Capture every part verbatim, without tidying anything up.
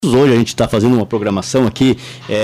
Hoje a gente está fazendo uma programação aqui,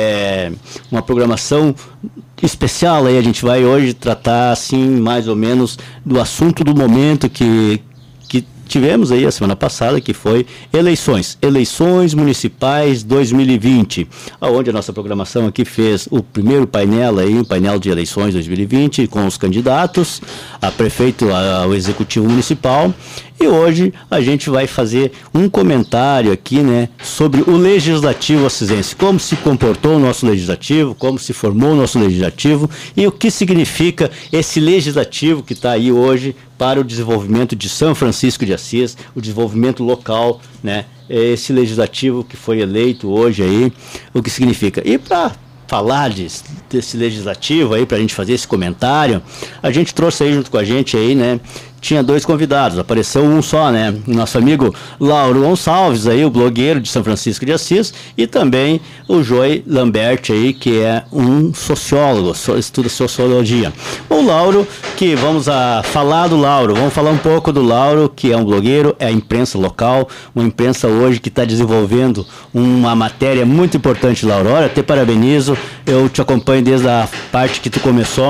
é, uma programação especial, aí a gente vai hoje tratar, assim, mais ou menos do assunto do momento que, que tivemos aí a semana passada, que foi eleições, eleições municipais dois mil e vinte, onde a nossa programação aqui fez o primeiro painel aí, o painel de eleições dois mil e vinte, com os candidatos a prefeito, ao executivo municipal. E hoje a gente vai fazer um comentário aqui, né, sobre o Legislativo Acisense, como se comportou o nosso Legislativo, como se formou o nosso Legislativo e o que significa esse Legislativo que está aí hoje para o desenvolvimento de São Francisco de Assis, o desenvolvimento local, né, esse Legislativo que foi eleito hoje aí, o que significa. E para falar de, desse Legislativo aí, para a gente fazer esse comentário, a gente trouxe aí junto com a gente aí, né, tinha dois convidados, apareceu um só, né? Nosso amigo Lauro Gonçalves, aí, o blogueiro de São Francisco de Assis, e também o Joey Lambert, aí, que é um sociólogo, estuda sociologia. O Lauro, que vamos a falar do Lauro, vamos falar um pouco do Lauro, que é um blogueiro, é a imprensa local, uma imprensa hoje que está desenvolvendo uma matéria muito importante, Lauro. Olha, te parabenizo, eu te acompanho desde a parte que tu começou,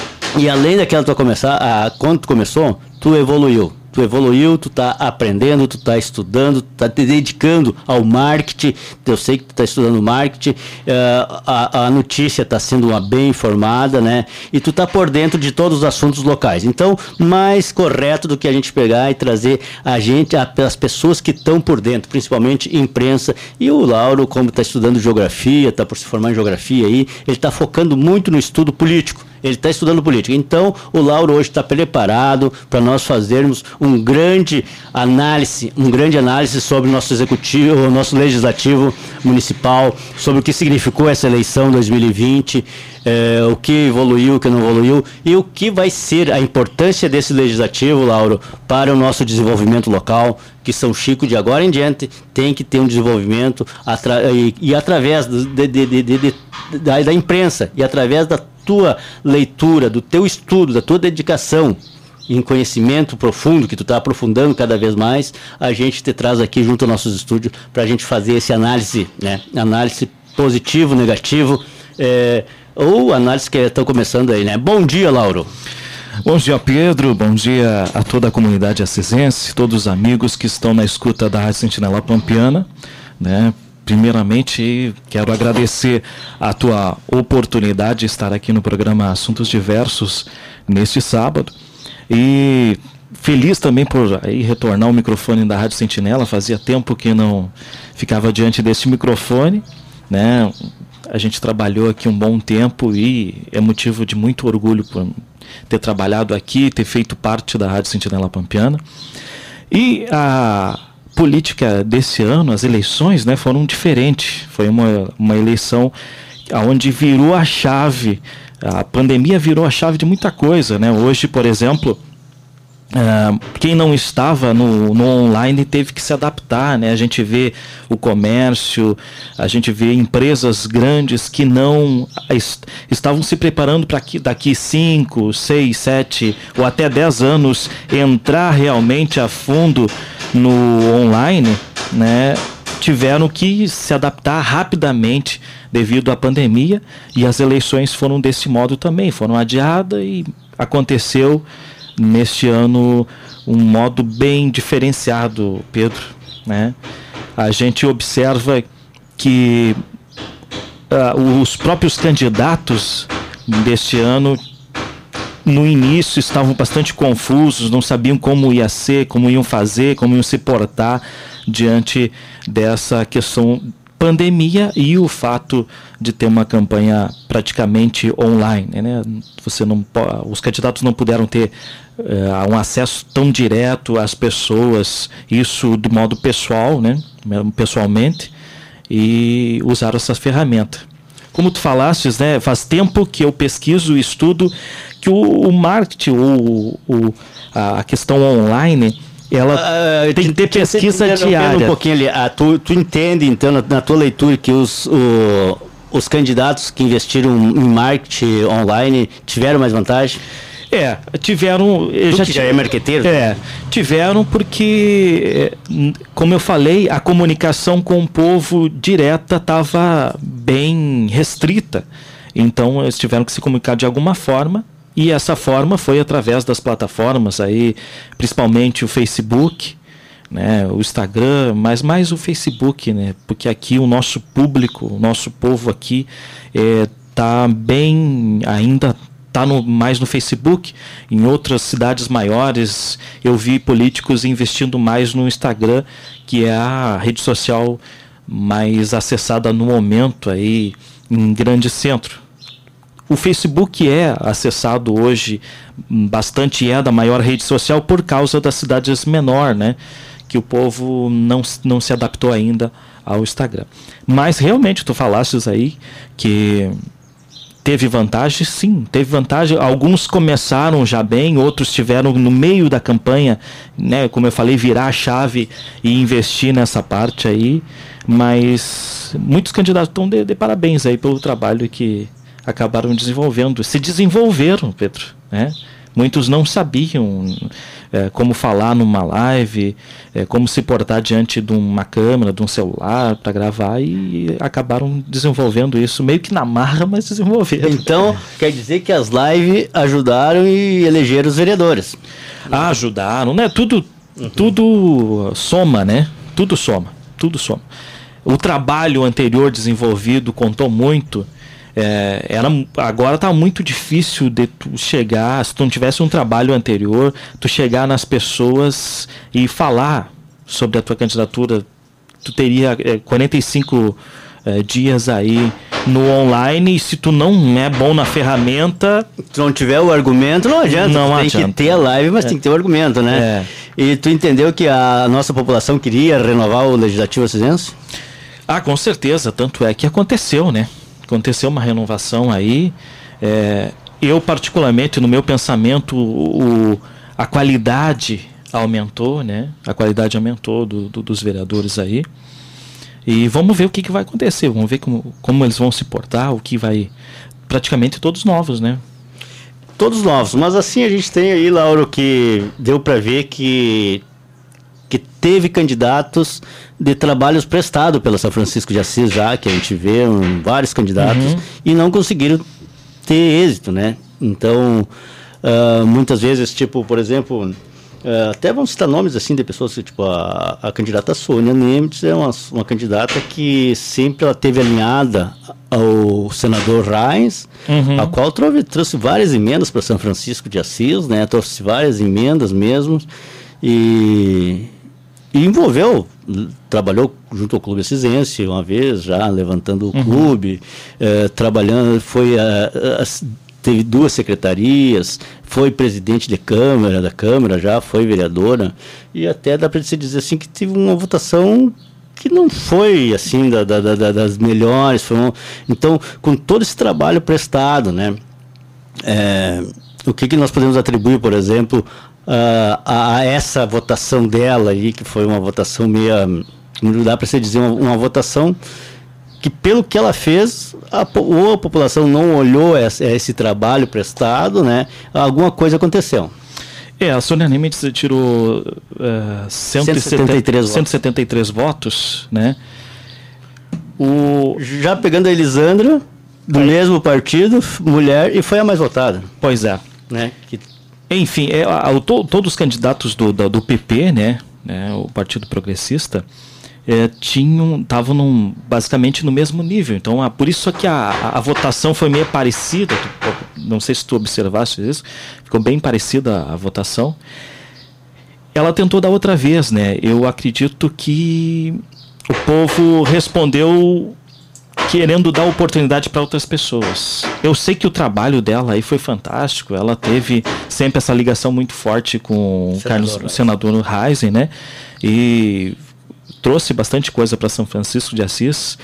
e além daquela tua começar, a, quando tu começou, tu evoluiu. Tu evoluiu, tu está aprendendo, tu está estudando, tu está te dedicando ao marketing. Eu sei que tu está estudando marketing, uh, a, a notícia está sendo uma bem informada, né? E tu está por dentro de todos os assuntos locais. Então, mais correto do que a gente pegar e trazer a gente, a, as pessoas que estão por dentro, principalmente imprensa. E o Lauro, como está estudando geografia, está por se formar em geografia aí, ele está focando muito no estudo político. Ele está estudando política. Então, o Lauro hoje está preparado para nós fazermos um grande análise, um grande análise sobre o nosso executivo, o nosso legislativo municipal, sobre o que significou essa eleição dois mil e vinte, eh, o que evoluiu, o que não evoluiu, e o que vai ser a importância desse legislativo, Lauro, para o nosso desenvolvimento local, que São Chico, de agora em diante, tem que ter um desenvolvimento atra- e, e através de, de, de, de, de, da, da imprensa, e através da tua leitura, do teu estudo, da tua dedicação em conhecimento profundo, que tu está aprofundando cada vez mais, a gente te traz aqui junto aos nossos estúdios para a gente fazer esse análise, né? Análise positivo, negativo, é, ou análise que estão começando aí, né? Bom dia, Lauro. Bom dia, Pedro. Bom dia a toda a comunidade acisense, todos os amigos que estão na escuta da Rádio Sentinela Pampiana, né? Primeiramente, quero agradecer a tua oportunidade de estar aqui no programa Assuntos Diversos neste sábado. E feliz também por aí retornar ao microfone da Rádio Sentinela. Fazia tempo que não ficava diante desse microfone, né? A gente trabalhou aqui um bom tempo e é motivo de muito orgulho por ter trabalhado aqui, ter feito parte da Rádio Sentinela Pampiana. E a política desse ano, as eleições, né, foram diferentes. Foi uma, uma eleição onde virou a chave, a pandemia virou a chave de muita coisa, né? Hoje, por exemplo, uh, quem não estava no, no online teve que se adaptar, né? A gente vê o comércio, a gente vê empresas grandes que não est- estavam se preparando para que daqui cinco, seis, sete ou até dez anos entrar realmente a fundo no online, né? Tiveram que se adaptar rapidamente devido à pandemia, e as eleições foram desse modo também, foram adiadas e aconteceu neste ano um modo bem diferenciado, Pedro, né? A gente observa que uh, os próprios candidatos deste ano no início estavam bastante confusos, não sabiam como ia ser, como iam fazer, como iam se portar diante dessa questão pandemia e o fato de ter uma campanha praticamente online, né? Você não, os candidatos não puderam ter uh, um acesso tão direto às pessoas, isso de modo pessoal, né? Pessoalmente, e usaram essa ferramenta. Como tu falastes, né? Faz tempo que eu pesquiso e estudo que o, o marketing, o, o, a questão online, ela uh, tem que ter pesquisa diária. Um pouquinho ali, ah, tu, tu entende, então, na, na tua leitura, que os, o, os candidatos que investiram em marketing online tiveram mais vantagem? É, tiveram... Tu já, que já é marqueteiro? É, tiveram porque, como eu falei, a comunicação com o povo direta estava bem restrita. Então, eles tiveram que se comunicar de alguma forma, e essa forma foi através das plataformas, aí, principalmente o Facebook, né, o Instagram, mas mais o Facebook, né, porque aqui o nosso público, o nosso povo aqui está é, bem, ainda está no, mais no Facebook. Em outras cidades maiores eu vi políticos investindo mais no Instagram, que é a rede social mais acessada no momento aí em grande centro. O Facebook é acessado hoje bastante, é da maior rede social por causa das cidades menores, né? Que o povo não, não se adaptou ainda ao Instagram. Mas realmente tu falastes aí que teve vantagem, sim, teve vantagem. Alguns começaram já bem, outros tiveram no meio da campanha, né? Como eu falei, virar a chave e investir nessa parte aí. Mas muitos candidatos estão de, de parabéns aí pelo trabalho que acabaram desenvolvendo, se desenvolveram, Pedro, né? Muitos não sabiam é, como falar numa live, é, como se portar diante de uma câmera, de um celular para gravar, e acabaram desenvolvendo isso meio que na marra, mas desenvolveram. Então, quer dizer que as lives ajudaram e elegeram os vereadores. Ah, ajudaram, né? Tudo, uhum. tudo soma, né? Tudo soma, tudo soma. O trabalho anterior desenvolvido contou muito. É, era, agora está muito difícil de tu chegar, se tu não tivesse um trabalho anterior, tu chegar nas pessoas e falar sobre a tua candidatura. Tu teria é, quarenta e cinco é, dias aí no online, e se tu não é bom na ferramenta, se não tiver o argumento, não adianta. Não tu adianta. Tem que ter a live, mas é. tem que ter o argumento, né? É. E tu entendeu que a nossa população queria renovar o Legislativo Acisense? Ah, com certeza, tanto é que aconteceu, né? Aconteceu uma renovação aí. É, eu, particularmente, no meu pensamento, o, a qualidade aumentou, né? A qualidade aumentou do, do, dos vereadores aí. E vamos ver o que, que vai acontecer. Vamos ver como, como eles vão se portar, o que vai... Praticamente todos novos, né? Todos novos. Mas assim a gente tem aí, Lauro, que deu para ver que... que teve candidatos de trabalhos prestados pela São Francisco de Assis, já que a gente vê um, vários candidatos, uhum. e não conseguiram ter êxito, né? Então, uh, muitas vezes, tipo, por exemplo, uh, até vamos citar nomes assim de pessoas, tipo, a, a candidata Sônia Nemitz é uma, uma candidata que sempre ela teve alinhada ao senador Reins, uhum. a qual trouxe, trouxe várias emendas para São Francisco de Assis, né? Trouxe várias emendas mesmo, e... E envolveu, trabalhou junto ao Clube Acisense uma vez, já levantando o uhum. clube, eh, trabalhando, foi a, a, teve duas secretarias, foi presidente de Câmara, da Câmara já, foi vereadora, e até dá para se dizer assim que teve uma votação que não foi assim da, da, da, das melhores, foi um, então com todo esse trabalho prestado, né, é, o que, que nós podemos atribuir, por exemplo, Uh, a, a essa votação dela aí, que foi uma votação meio, não dá para se dizer, uma, uma votação que, pelo que ela fez, a, ou a população não olhou esse, esse trabalho prestado, né? Alguma coisa aconteceu. É, a Sônia Nemitz tirou uh, cento e setenta e três, cento e setenta e três votos, né? O... Já pegando a Elisandra, do Aí. mesmo partido, mulher, e foi a mais votada. Pois é. Né? Que... Enfim, é, a, a, to, todos os candidatos do, do, do P P, né, né, o Partido Progressista, é, tinham, estavam num, basicamente no mesmo nível. Então, a, por isso que a, a, a votação foi meio parecida. Tu, não sei se tu observaste isso, ficou bem parecida a, a votação. Ela tentou da outra vez, né? Eu acredito que o povo respondeu querendo dar oportunidade para outras pessoas. Eu sei que o trabalho dela aí foi fantástico. Ela teve sempre essa ligação muito forte com o Carlos, o senador Reisen, né? E trouxe bastante coisa para São Francisco de Assis.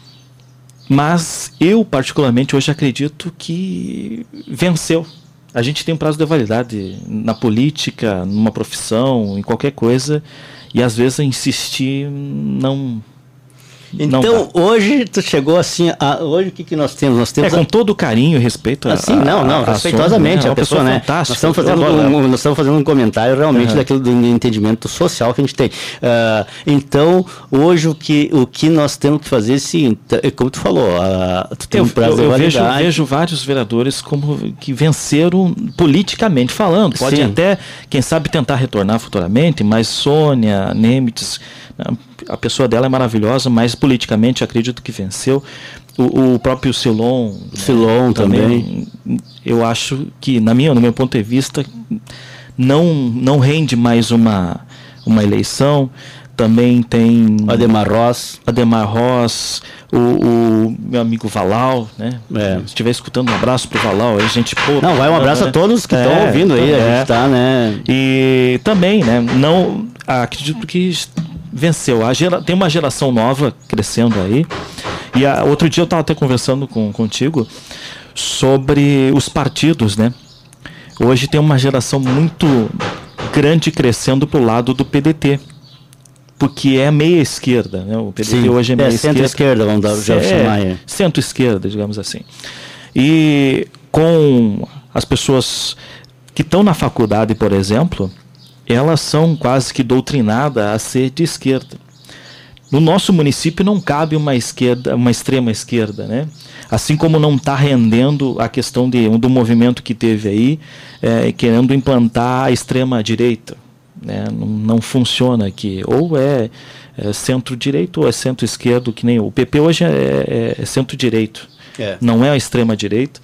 Mas eu, particularmente, hoje acredito que venceu. A gente tem um prazo de validade na política, numa profissão, em qualquer coisa. E às vezes insistir não... Então, hoje tu chegou assim, a, hoje o que, que nós temos? Nós temos é, com a... todo o carinho e respeito a, assim, não, não, a, respeitosamente a, a pessoa, né? Nós estamos, fazendo um, nós estamos fazendo um comentário realmente uhum. daquilo do entendimento social que a gente tem. Uh, então, hoje o que, o que nós temos que fazer, sim, como tu falou, uh, tu tem eu, um prazo eu, eu de vejo, vejo vários vereadores como que venceram politicamente falando. Pode sim. até, quem sabe, tentar retornar futuramente, mas Sônia, Nemitz, a pessoa dela é maravilhosa, mas politicamente acredito que venceu. O, o próprio Silon, Silon né, também, também, eu acho que, na minha, no meu ponto de vista, não, não rende mais uma, uma eleição. Também tem Ademar Ross, Ademar Ross, o, o meu amigo Valau, né? É. Se estiver escutando, um abraço pro Valau, aí a gente pô, não, vai um abraço né? a todos que estão é, ouvindo aí, é. a gente tá, né? E também, né? Não acredito que venceu. A gera, tem uma geração nova crescendo aí. E a, outro dia eu estava até conversando com, contigo sobre os partidos, né? Hoje tem uma geração muito grande crescendo pro lado do P D T. Porque é meia esquerda, né? O P D T Sim, hoje é meia é, esquerda. Centro-esquerda, vamos dar, já é, chamar aí. Centro-esquerda, digamos assim. E com as pessoas que estão na faculdade, por exemplo, elas são quase que doutrinadas a ser de esquerda. No nosso município não cabe uma esquerda, uma extrema esquerda, né? Assim como não está rendendo a questão de, do movimento que teve aí, é, querendo implantar a extrema direita. Né? Não, não funciona aqui. Ou é, é centro-direito ou é centro-esquerdo, que nem o P P hoje é, é, é centro-direito. É. Não é a extrema-direita.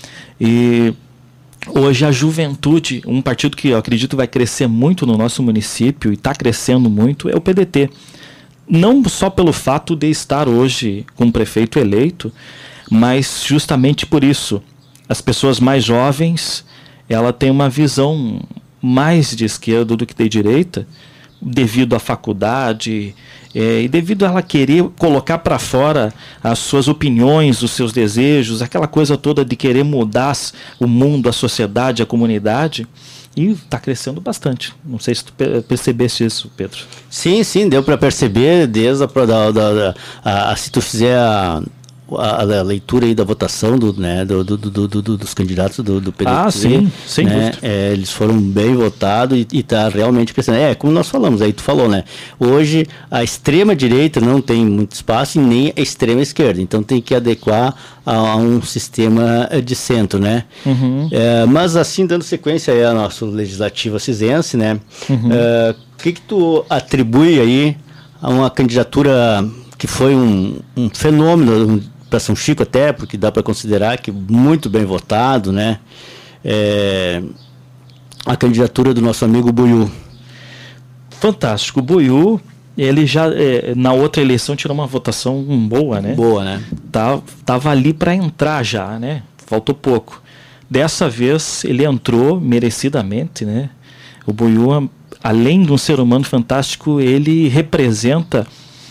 E hoje a juventude, um partido que eu acredito vai crescer muito no nosso município e está crescendo muito, é o P D T. Não só pelo fato de estar hoje com um prefeito eleito, mas justamente por isso. As pessoas mais jovens, ela tem uma visão mais de esquerda do que de direita, devido à faculdade é, e devido a ela querer colocar para fora as suas opiniões, os seus desejos, aquela coisa toda de querer mudar o mundo, a sociedade, a comunidade, e está crescendo bastante. Não sei se tu percebeste isso, Pedro. Sim, sim, deu para perceber desde a, da, da, da, a, a, se tu fizer a A, a leitura aí da votação do, né, do, do, do, do, dos candidatos do, do P D T. Ah, sim, sem né, dúvida. É, eles foram bem votados e está realmente crescendo. É, como nós falamos, aí tu falou, né? Hoje a extrema-direita não tem muito espaço e nem a extrema-esquerda. Então tem que adequar a, a um sistema de centro, né? Uhum. É, mas assim, dando sequência aí ao nosso legislativo cisense, né? Uhum. É, o que que tu atribui aí a uma candidatura que foi um, um fenômeno para São Chico até, porque dá para considerar que muito bem votado, né? É, a candidatura do nosso amigo Buiú. Fantástico. O Buiú, ele já, é, na outra eleição, tirou uma votação boa, né? Boa, né? Tá, tava ali para entrar já, né? Faltou pouco. Dessa vez, ele entrou merecidamente, né? O Buiú, além de um ser humano fantástico, ele representa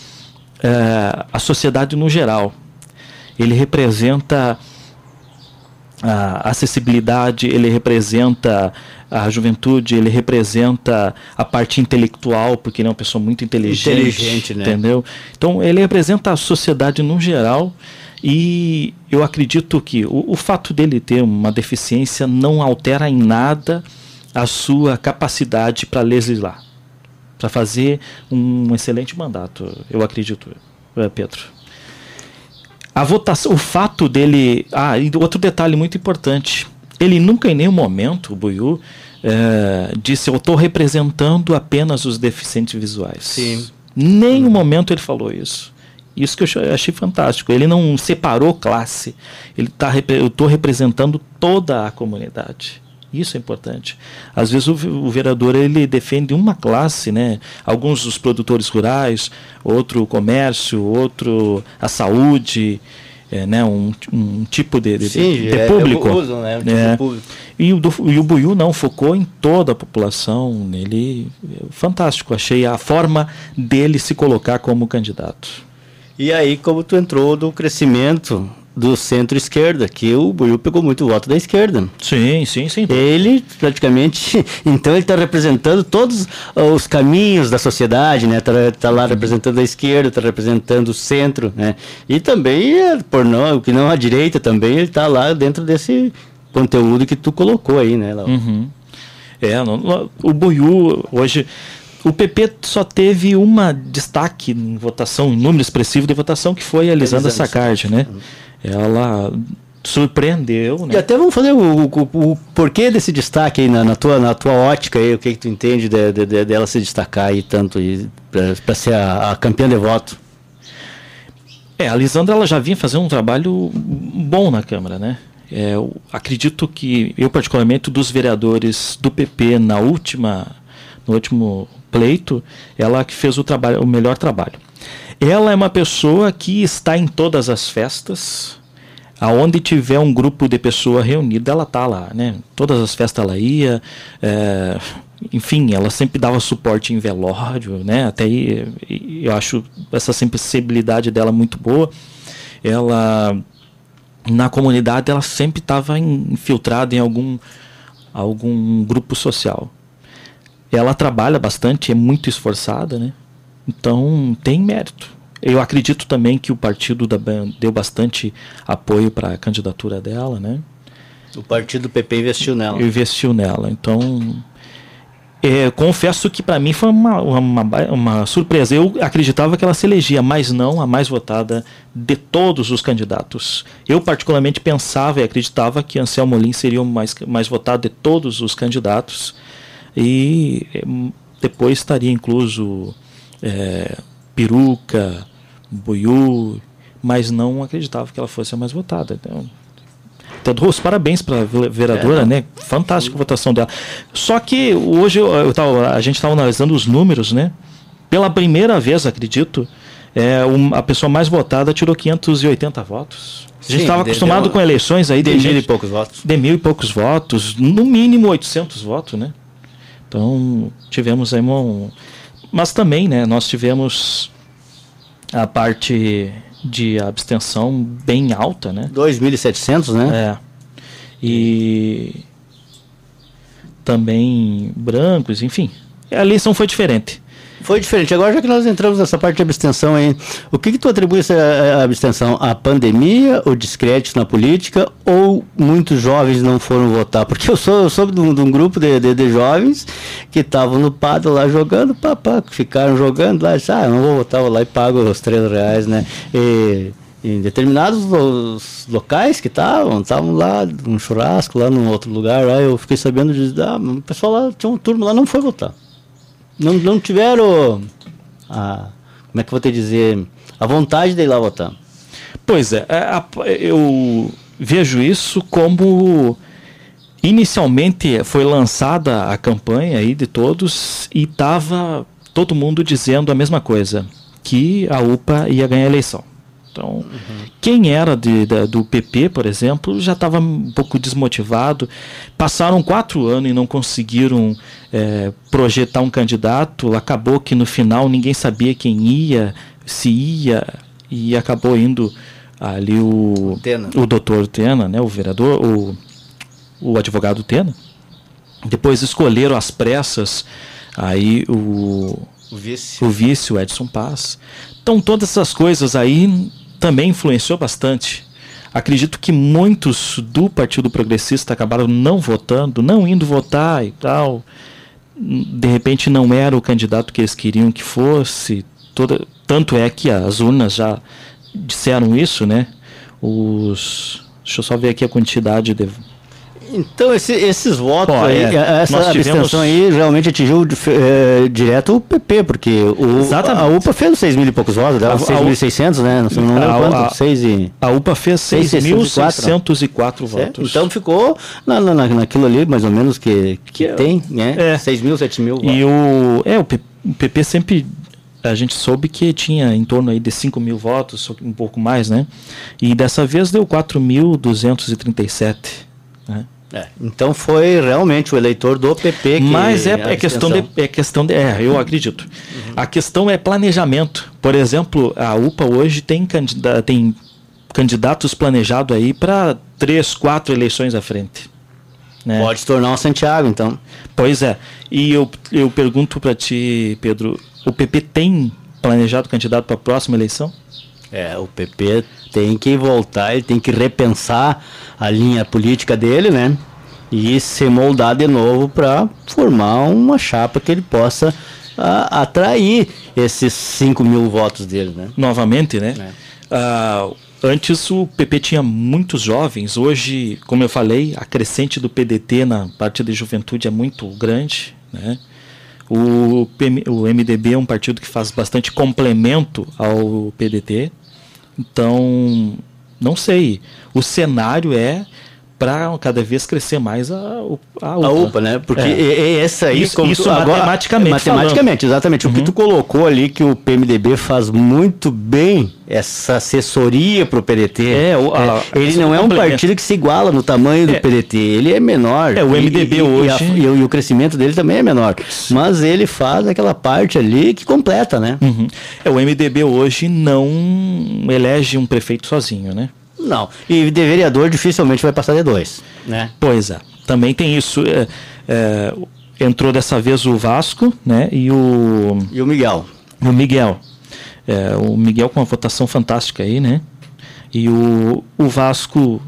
é, a sociedade no geral. Ele representa a acessibilidade, ele representa a juventude, ele representa a parte intelectual, porque ele é uma pessoa muito inteligente, inteligente, né? Entendeu? Então, ele representa a sociedade no geral e eu acredito que o, o fato dele ter uma deficiência não altera em nada a sua capacidade para legislar, para fazer um excelente mandato, eu acredito, Pedro. A votação, o fato dele... Ah, e outro detalhe muito importante. Ele nunca em nenhum momento, o Buiú, é, disse, eu estou representando apenas os deficientes visuais. Sim. Nenhum hum. momento ele falou isso. Isso que eu achei fantástico. Ele não separou classe. Ele tá, eu estou representando toda a comunidade. Isso é importante. Às vezes o, o vereador ele defende uma classe, né? Alguns os produtores rurais, outro o comércio, outro a saúde, é, né? um, um tipo de, de, Sim, de é, público. É uso, né? Um tipo é. de público. E, o, e o Buiú não, focou em toda a população. Ele, fantástico, achei a forma dele se colocar como candidato. E aí, como tu entrou do crescimento do centro-esquerda, que o Buiú pegou muito voto da esquerda. Sim, sim, sim. Ele, praticamente, então ele está representando todos os caminhos da sociedade, né? Está tá lá representando a esquerda, está representando o centro, né? E também, por não, que não a direita também, ele está lá dentro desse conteúdo que tu colocou aí, né, Lau? Uhum. É, no, o Buiú, hoje... O P P só teve uma destaque em votação, em número expressivo de votação, que foi a Lisandra Saccardi, né? Ela surpreendeu, né? E até vamos fazer o, o, o porquê desse destaque aí na, na, tua, na tua ótica aí, o que, que tu entende de, de, de, dela se destacar aí tanto para ser a, a campeã de voto? É, a Lisandra ela já vinha fazendo um trabalho bom na Câmara, né? É, eu acredito que, eu particularmente, dos vereadores do P P na última, no último pleito, ela que fez o, trabalho, o melhor trabalho. Ela é uma pessoa que está em todas as festas, aonde tiver um grupo de pessoa reunida, ela está lá, né? Todas as festas ela ia, é, enfim, ela sempre dava suporte em velório, né? Até aí, eu acho essa sensibilidade dela muito boa. Ela, na comunidade, ela sempre estava infiltrada em algum, algum grupo social. Ela trabalha bastante, é muito esforçada, né? Então tem mérito. Eu acredito também que o partido da, deu bastante apoio para a candidatura dela, né? O partido do P P investiu nela. Investiu nela. Então, é, confesso que para mim foi uma, uma, uma surpresa. Eu acreditava que ela se elegia, mas não a mais votada de todos os candidatos. Eu particularmente pensava e acreditava que Anselmo Lins seria o mais, mais votado de todos os candidatos. E depois estaria incluso é, Peruca, Buiú, mas não acreditava que ela fosse a mais votada. Então, então dou os parabéns para a vereadora, é, né? Fantástica a votação dela. Só que hoje eu, eu tava, a gente estava analisando os números, né? Pela primeira vez, acredito, é, um, a pessoa mais votada tirou quinhentos e oitenta votos. A gente estava acostumado de, de, com eleições aí de, de mil gente, e poucos votos. De mil e poucos votos, no mínimo oitocentos votos, né? Então, tivemos aí um... Mas também, né, nós tivemos a parte de abstenção bem alta, né? dois mil e setecentos, né? É. E também brancos, enfim. A eleição foi diferente. Foi diferente. Agora, já que nós entramos nessa parte de abstenção aí, o que, que tu atribui essa abstenção? A pandemia, o descrédito na política, ou muitos jovens não foram votar? Porque eu sou, eu sou de, um, de um grupo de, de, de jovens que estavam no Pado lá jogando, papá, ficaram jogando lá, disse, ah, eu não vou votar, vou lá e pago os três reais, né? E em determinados los, locais que estavam, estavam lá, num churrasco, lá num outro lugar, lá eu fiquei sabendo de, ah, o pessoal lá, tinha um turma lá, não foi votar. Não, não tiveram a, como é que eu vou te dizer, a vontade de ir lá votar. Pois é, eu vejo isso como inicialmente foi lançada a campanha aí de todos e estava todo mundo dizendo a mesma coisa, que a U P A ia ganhar a eleição. Então, uhum. Quem era de, da, do P P, por exemplo, já estava um pouco desmotivado. Passaram quatro anos e não conseguiram é, projetar um candidato. Acabou que no final ninguém sabia quem ia, se ia, e acabou indo ali o, Tena. o doutor Tena, né, o vereador, o, o advogado Tena. Depois escolheram às pressas aí o, o, vice. o vice, o Edson Paz. Então todas essas coisas aí também influenciou bastante. Acredito que muitos do Partido Progressista acabaram não votando, não indo votar e tal. De repente não era o candidato que eles queriam que fosse. Toda, tanto é que as urnas já disseram isso, né? Os, deixa eu só ver aqui a quantidade de... Então, esse, esses votos Pô, aí, é, essa abstenção tivemos... aí realmente atingiu é, direto o P P, porque o, a U P A fez seis mil e poucos votos, dava seis mil e seiscentos, né? Não, não lembro quanto, a, seis e... a U P A fez seis mil seiscentos e quatro votos. Então ficou na, na, naquilo ali, mais ou menos, que, que, que tem, né? É. seis mil, sete mil votos. E o, é, o P P sempre... A gente soube que tinha em torno aí de cinco mil votos, um pouco mais, né? E dessa vez deu quatro mil duzentos e trinta e sete, né? É, então foi realmente o eleitor do P P que... Mas é, é, questão, de, é questão de... É, eu acredito. Uhum. A questão é planejamento. Por exemplo, a U P A hoje tem, tem candidatos planejados aí para três, quatro eleições à frente. Né? Pode se tornar um Santiago, então. Pois é. E eu, eu pergunto para ti, Pedro, o P P tem planejado candidato para a próxima eleição? É, o P P tem que voltar, ele tem que repensar a linha política dele, né? E se moldar de novo para formar uma chapa que ele possa a, atrair esses cinco mil votos dele, né? Novamente, né? É. Ah, antes o P P tinha muitos jovens, hoje, como eu falei, a crescente do P D T na parte de juventude é muito grande, né? O, P M, o M D B é um partido que faz bastante complemento ao P D T, então, não sei, o cenário é para cada vez crescer mais a, a UPA. A UPA, né? Porque é. é, é essa aí... Isso, como isso tu, matematicamente agora, Matematicamente, falando. exatamente. Uhum. O que tu colocou ali, que o P M D B faz muito bem essa assessoria para o P D T. É, o, a, é, ele não é um partido que se iguala no tamanho do é. P D T. Ele é menor. É, o M D B e, hoje... E, a, e, o, e o crescimento dele também é menor. Mas ele faz aquela parte ali que completa, né? Uhum. É, o M D B hoje não elege um prefeito sozinho, né? Não, e de vereador dificilmente vai passar de dois, né? Pois é, também tem isso. É, é, entrou dessa vez o Vasco, né? E o... E o Miguel. O Miguel. É, o Miguel com uma votação fantástica aí, né? E o, o Vasco...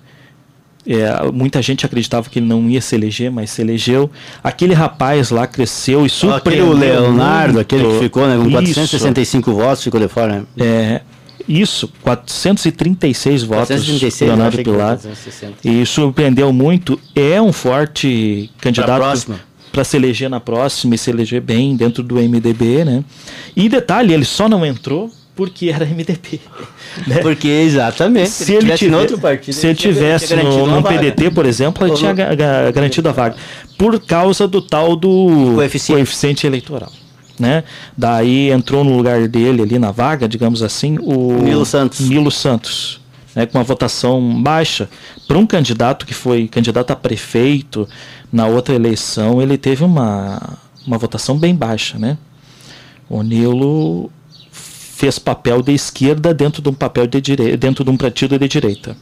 É, muita gente acreditava que ele não ia se eleger, mas se elegeu. Aquele rapaz lá cresceu e surpreendeu. Aquele Leonardo, muito. Aquele que ficou, né, com Isso. quatrocentos e sessenta e cinco votos, ficou de fora, né? É... Isso, quatrocentos e trinta e seis votos, quatrocentos e trinta e seis, Leonardo Pilar, e surpreendeu muito, é um forte candidato para se eleger na próxima e se eleger bem dentro do M D B, né? E detalhe, ele só não entrou porque era M D B. Né? Porque, exatamente, se ele tivesse no outro partido, se ele tivesse no, no P D T, por exemplo, ele tinha ga garantido a vaga, por causa do tal do coeficiente, coeficiente eleitoral. Né? Daí entrou no lugar dele ali na vaga, digamos assim, o Nilo Santos, Nilo Santos, né, com uma votação baixa para um candidato que foi candidato a prefeito na outra eleição. Ele teve uma, uma votação bem baixa, né? O Nilo fez papel de esquerda dentro de um papel de direita, dentro de um partido de direita.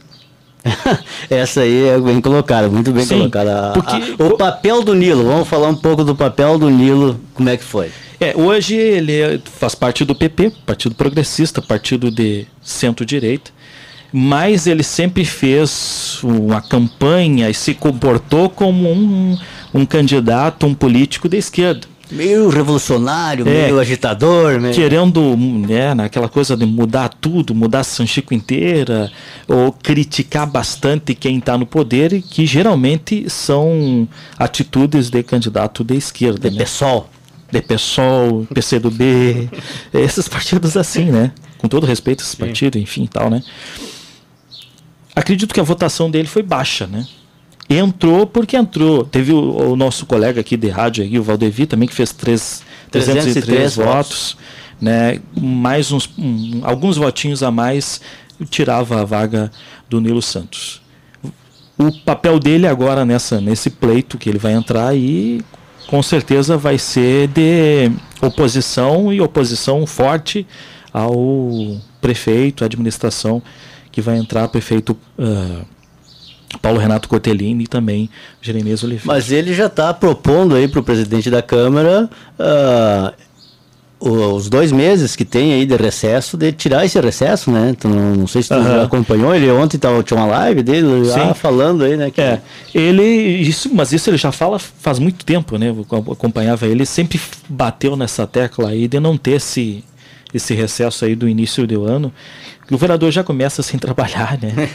Essa aí é bem colocada, muito bem Sim, colocada. Porque a, o papel do Nilo, vamos falar um pouco do papel do Nilo, como é que foi? É, hoje ele faz parte do P P, Partido Progressista, partido de centro-direita, mas ele sempre fez uma campanha e se comportou como um, um candidato, um político de esquerda. Meio revolucionário, é, meio agitador. Meio... Querendo, né, naquela coisa de mudar tudo, mudar São Chico inteira, ou criticar bastante quem está no poder, e que geralmente são atitudes de candidato de esquerda. De né? PSOL. De PSOL, P C do B, esses partidos assim, né? Com todo respeito a esses partidos, enfim e tal, né? Acredito que a votação dele foi baixa, né? Entrou porque entrou. Teve o, o nosso colega aqui de rádio, aqui, o Valdevi, também, que fez três, trezentos e três votos, né? Mais uns, um, alguns votinhos a mais, tirava a vaga do Nilo Santos. O papel dele agora nessa, nesse pleito que ele vai entrar aí, com certeza vai ser de oposição, e oposição forte ao prefeito, à administração que vai entrar, prefeito uh, Paulo Renato Cortellini e também Jeremias Oliveira. Mas ele já está propondo aí para o presidente da Câmara uh, os dois meses que tem aí de recesso, de tirar esse recesso, né? Então, não sei se tu uhum. acompanhou, ele ontem tava, tinha uma live dele lá falando aí, né? Que... É, ele, isso, mas isso ele já fala faz muito tempo, né? Eu acompanhava ele, sempre bateu nessa tecla aí de não ter esse, esse recesso aí do início do ano. O governador já começa sem trabalhar, né?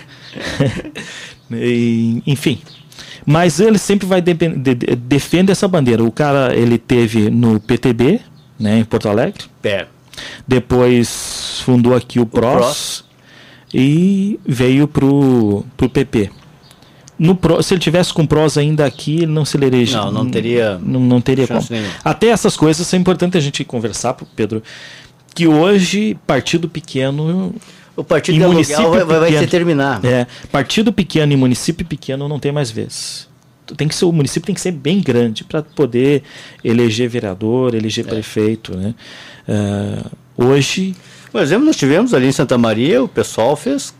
e, enfim... Mas ele sempre vai de, de, de, defende essa bandeira. O cara, ele teve no P T B, né, em Porto Alegre. É. Depois fundou aqui o PROS, o PROS. E veio pro, pro P P. No Pro, se ele tivesse com o PROS ainda aqui, ele não se elegeria. Não, não teria. Não, não teria como. Nenhuma. Até essas coisas são importantes a gente conversar, Pedro. Que hoje, partido pequeno. O partido de aluguel vai, vai, vai se terminar. É, partido pequeno e município pequeno não tem mais vez. Tem que ser, o município tem que ser bem grande para poder eleger vereador, eleger é. prefeito, né? Uh, hoje... Por exemplo, nós tivemos ali em Santa Maria, o pessoal fez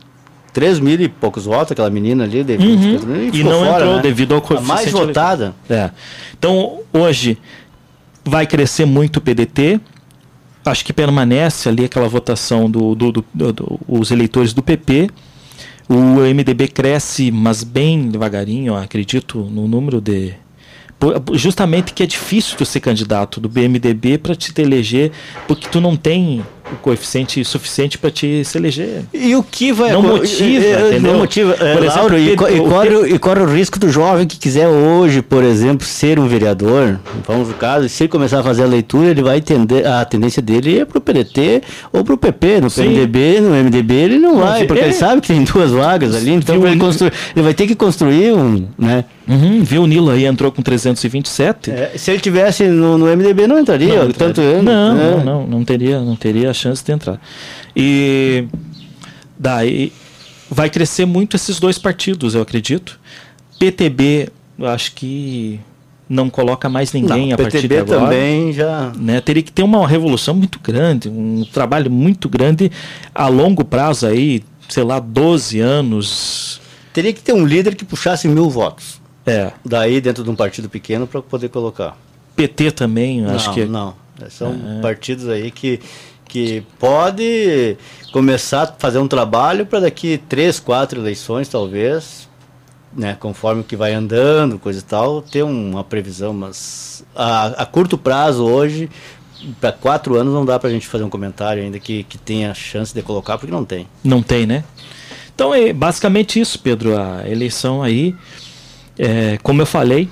três mil e poucos votos, aquela menina ali. De uhum. E, e não fora, entrou, né? Devido ao coeficiente. A mais votada. É. Então, hoje, vai crescer muito o P D T. Acho que permanece ali aquela votação dos do, do, do, do, eleitores do P P. O M D B cresce, mas bem devagarinho, acredito, no número de... Justamente que é difícil tu ser candidato do M D B para te eleger, porque tu não tem o coeficiente suficiente para te se eleger. E o que vai... Não motiva, é, entendeu? Não motiva. É, por exemplo, Lauro, e, co, e, corre, e corre o risco do jovem que quiser hoje, por exemplo, ser um vereador, vamos no caso, se ele começar a fazer a leitura, ele vai tender, a tendência dele é para o P D T ou para o P P. No Sim. P M D B, no M D B ele não, não vai, porque é. ele sabe que tem duas vagas ali, então ele, construir, ele vai ter que construir um... Né? Uhum, viu, o Nilo aí entrou com trezentos e vinte e sete. É, se ele tivesse no, no M D B não entraria, não, tanto eu, não, né? não, não, não teria, não teria a chance de entrar. E daí vai crescer muito esses dois partidos, eu acredito. P T B, eu acho que não coloca mais ninguém não, a partir de agora. Também já, né? Teria que ter uma revolução muito grande, um trabalho muito grande a longo prazo aí, sei lá, doze anos. Teria que ter um líder que puxasse mil votos. É. Daí dentro de um partido pequeno para poder colocar. P T também, acho não, que... Não, são é. partidos aí que, que pode começar a fazer um trabalho para daqui três, quatro eleições, talvez, né, conforme que vai andando, coisa e tal, ter uma previsão, mas a, a curto prazo hoje, para quatro anos não dá para a gente fazer um comentário ainda que, que tenha chance de colocar, porque não tem. Não tem, né? Então é basicamente isso, Pedro, a eleição aí... É, como eu falei,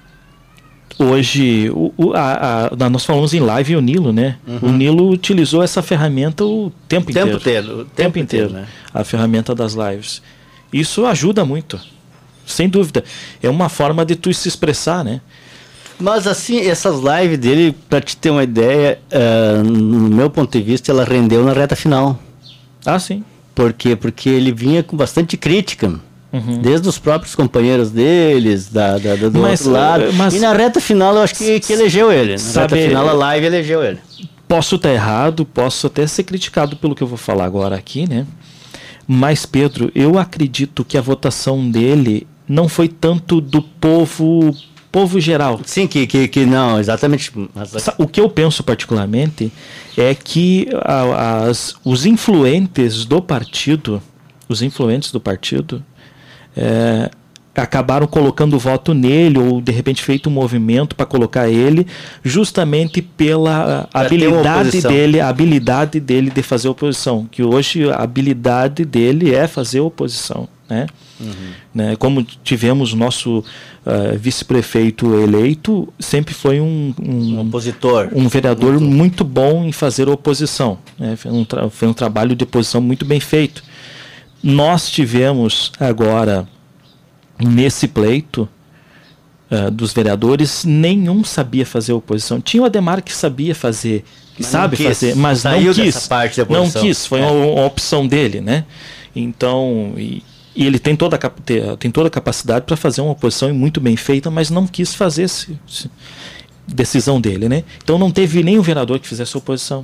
hoje o, o, a, a, nós falamos em live o Nilo, né? Uhum. O Nilo utilizou essa ferramenta o tempo, tempo inteiro. inteiro. O tempo, tempo inteiro, inteiro, né? A ferramenta das lives. Isso ajuda muito, sem dúvida. É uma forma de tu se expressar, né? Mas assim, essas lives dele, para te ter uma ideia, uh, no meu ponto de vista, ela rendeu na reta final. Ah, sim. Por quê? Porque ele vinha com bastante crítica. Uhum. Desde os próprios companheiros deles, da, da, do mas, outro lado. Mas, e na reta final eu acho que, que elegeu ele. Na sabe, reta final a live elegeu ele. Posso estar errado, posso até ser criticado pelo que eu vou falar agora aqui, né? Mas, Pedro, eu acredito que a votação dele não foi tanto do povo, povo geral. Sim, que, que, que não, exatamente. O que eu penso particularmente é que a, as, os influentes do partido, os influentes do partido, É, acabaram colocando o voto nele ou de repente feito um movimento para colocar ele justamente pela pra habilidade dele, a habilidade dele de fazer oposição, que hoje a habilidade dele é fazer oposição, né? Uhum. Né? Como tivemos nosso uh, vice-prefeito eleito, sempre foi um, um, um opositor, um vereador muito, muito bom em fazer oposição, né? Foi um, tra- foi um trabalho de oposição muito bem feito. Nós tivemos agora, nesse pleito uh, dos vereadores, nenhum sabia fazer oposição. Tinha o Ademar que sabia fazer, que mas sabe fazer, mas não quis. Parte da não quis, foi é. uma, uma opção dele, né? Então, e, e ele tem toda a, tem toda a capacidade para fazer uma oposição e muito bem feita, mas não quis fazer essa decisão dele, né? Então não teve nenhum vereador que fizesse oposição.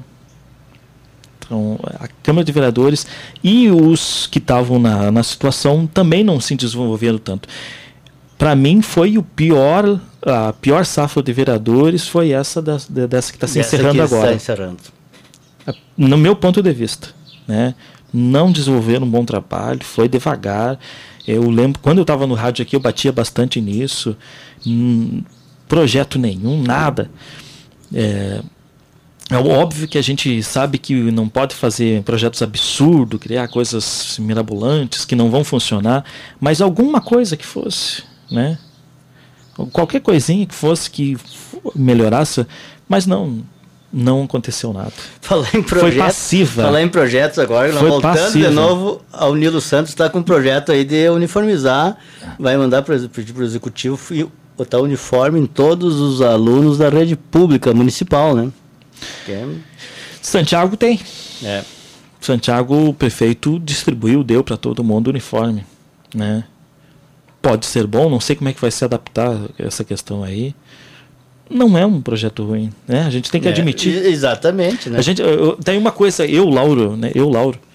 Então, a Câmara de Vereadores e os que estavam na, na situação também não se desenvolveram tanto. Para mim, foi o pior, a pior safra de vereadores foi essa da, dessa que está se Dessa encerrando agora. Está encerrando. No meu ponto de vista, né? Não desenvolveram um bom trabalho, foi devagar. Eu lembro, quando eu estava no rádio aqui, eu batia bastante nisso. Hum, projeto nenhum, nada. É... É óbvio que a gente sabe que não pode fazer projetos absurdos, criar coisas mirabolantes que não vão funcionar, mas alguma coisa que fosse, né? Qualquer coisinha que fosse que melhorasse, mas não, não aconteceu nada. Falar em projetos, foi passiva. Falar em projetos agora, foi voltando passiva. de novo, o Nilo Santos está com um projeto aí de uniformizar, vai mandar para o executivo botar uniforme em todos os alunos da rede pública municipal, né? É. Santiago tem. É. Santiago, o prefeito distribuiu, deu para todo mundo o uniforme, né? Pode ser bom, não sei como é que vai se adaptar essa questão aí. Não é um projeto ruim, né? A gente tem que é, admitir. Exatamente, né? A gente, eu, tem uma coisa, eu, Lauro, né? Eu, Lauro,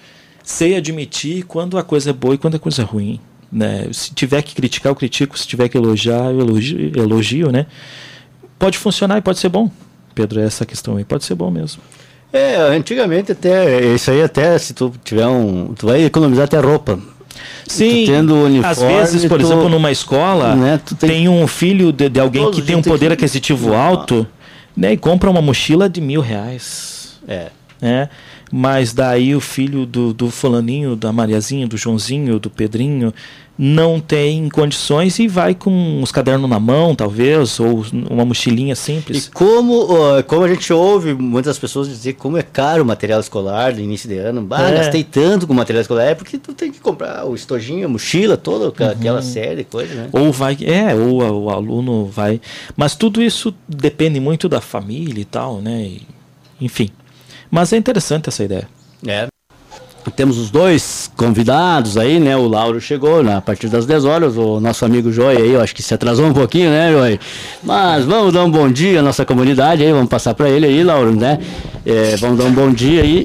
sei admitir quando a coisa é boa e quando a coisa é ruim, né? Se tiver que criticar, eu critico. Se tiver que elogiar, eu elogio, elogio, né? Pode funcionar e pode ser bom, Pedro, essa questão aí. Pode ser bom mesmo. É, antigamente até, isso aí até, se tu tiver um, tu vai economizar até roupa. Sim, tendo uniforme, às vezes, por tu, exemplo, numa escola, né, tem, tem um filho de, de alguém que tem um poder que... aquisitivo alto, né, e compra uma mochila de mil reais. É. Né? Mas daí o filho do, do fulaninho, da Mariazinha, do Joãozinho, do Pedrinho, não tem condições e vai com os cadernos na mão, talvez, ou uma mochilinha simples. E como, como a gente ouve muitas pessoas dizer como é caro o material escolar no início de ano. Bah, é. gastei tanto com material escolar. É porque tu tem que comprar o estojinho, a mochila, toda uhum. aquela série de coisas, né? Ou vai, é, ou a, o aluno vai... Mas tudo isso depende muito da família e tal, né? E, enfim. Mas é interessante essa ideia. É. Temos os dois convidados aí, né? O Lauro chegou na, a partir das dez horas, o nosso amigo Joy aí, eu acho que se atrasou um pouquinho, né, Joy? Mas vamos dar um bom dia à nossa comunidade aí, vamos passar para ele aí, Lauro, né? É, vamos dar um bom dia aí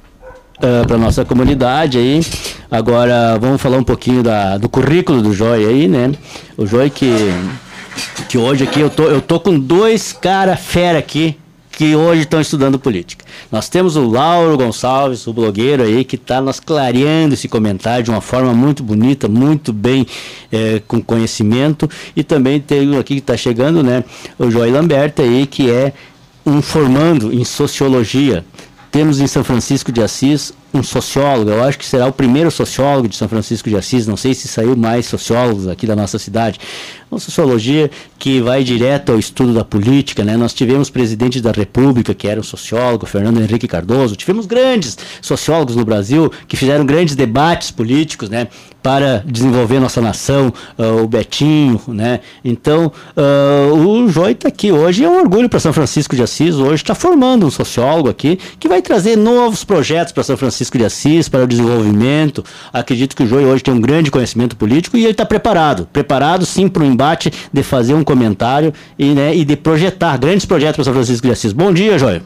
uh, para nossa comunidade aí. Agora vamos falar um pouquinho da, do currículo do Joy aí, né? O Joy que, que hoje aqui eu tô, eu tô com dois cara fera aqui, que hoje estão estudando política. Nós temos o Lauro Gonçalves, o blogueiro aí, que está nos clareando esse comentário de uma forma muito bonita, muito bem, é, com conhecimento. E também tem aqui que está chegando, né, o Joy Lamberto aí, que é um formando em sociologia. Temos em São Francisco de Assis um sociólogo, eu acho que será o primeiro sociólogo de São Francisco de Assis, não sei se saiu mais sociólogos aqui da nossa cidade. Uma sociologia que vai direto ao estudo da política, né? Nós tivemos presidente da República, que era um sociólogo, Fernando Henrique Cardoso, tivemos grandes sociólogos no Brasil que fizeram grandes debates políticos, né? Para desenvolver nossa nação, uh, o Betinho, né? Então, uh, o Joy está aqui hoje, é um orgulho para São Francisco de Assis, hoje está formando um sociólogo aqui, que vai trazer novos projetos para São Francisco de Assis, para o desenvolvimento. Acredito que o Joy hoje tem um grande conhecimento político e ele está preparado, preparado sim para o embate de fazer um comentário e, né, e de projetar grandes projetos para São Francisco de Assis. Bom dia, Joy.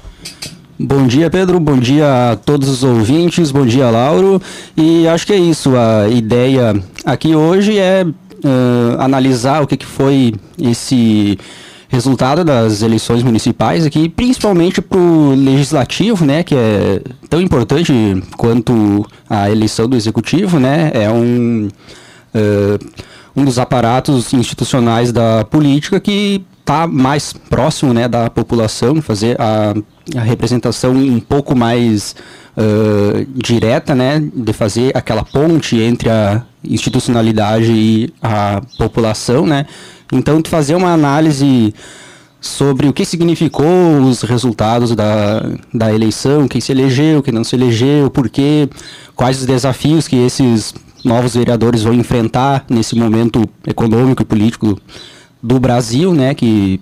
Bom dia, Pedro, bom dia a todos os ouvintes, bom dia, Lauro, e acho que é isso, a ideia aqui hoje é uh, analisar o que, que foi esse resultado das eleições municipais aqui, principalmente para o legislativo, né, que é tão importante quanto a eleição do executivo, né, é um, uh, um dos aparatos institucionais da política que está mais próximo, né, da população, fazer a, a representação um pouco mais uh, direta, né, de fazer aquela ponte entre a institucionalidade e a população, né. Então, de fazer uma análise sobre o que significou os resultados da, da eleição, quem se elegeu, quem não se elegeu, por quê, quais os desafios que esses novos vereadores vão enfrentar nesse momento econômico e político do Brasil, né, que,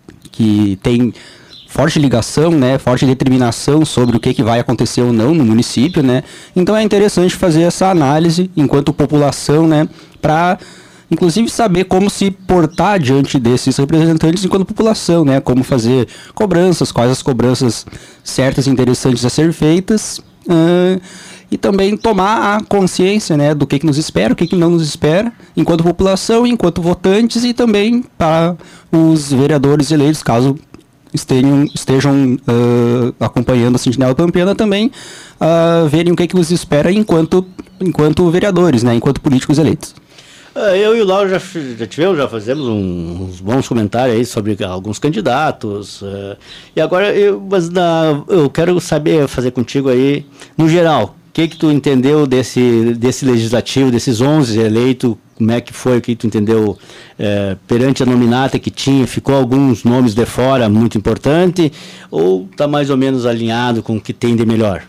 que tem forte ligação, né, forte determinação sobre o que, que vai acontecer ou não no município, né. Então é interessante fazer essa análise enquanto população, né, para inclusive saber como se portar diante desses representantes enquanto população, né, como fazer cobranças, quais as cobranças certas e interessantes a ser feitas, uh, e também tomar a consciência, né, do que, que nos espera, o que, que não nos espera, enquanto população, enquanto votantes e também para os vereadores eleitos, caso estejam, estejam uh, acompanhando a Sentinela Pampiana também, uh, verem o que, que nos espera enquanto, enquanto vereadores, né, enquanto políticos eleitos. Eu e o Lauro já, já tivemos, já fazemos um, uns bons comentários aí sobre alguns candidatos. Uh, e agora, eu, mas na, eu quero saber, fazer contigo aí, no geral, o que que tu entendeu desse, desse legislativo, desses onze eleitos, como é que foi, o que tu entendeu é, perante a nominata que tinha, ficou alguns nomes de fora muito importante, ou está mais ou menos alinhado com o que tem de melhor?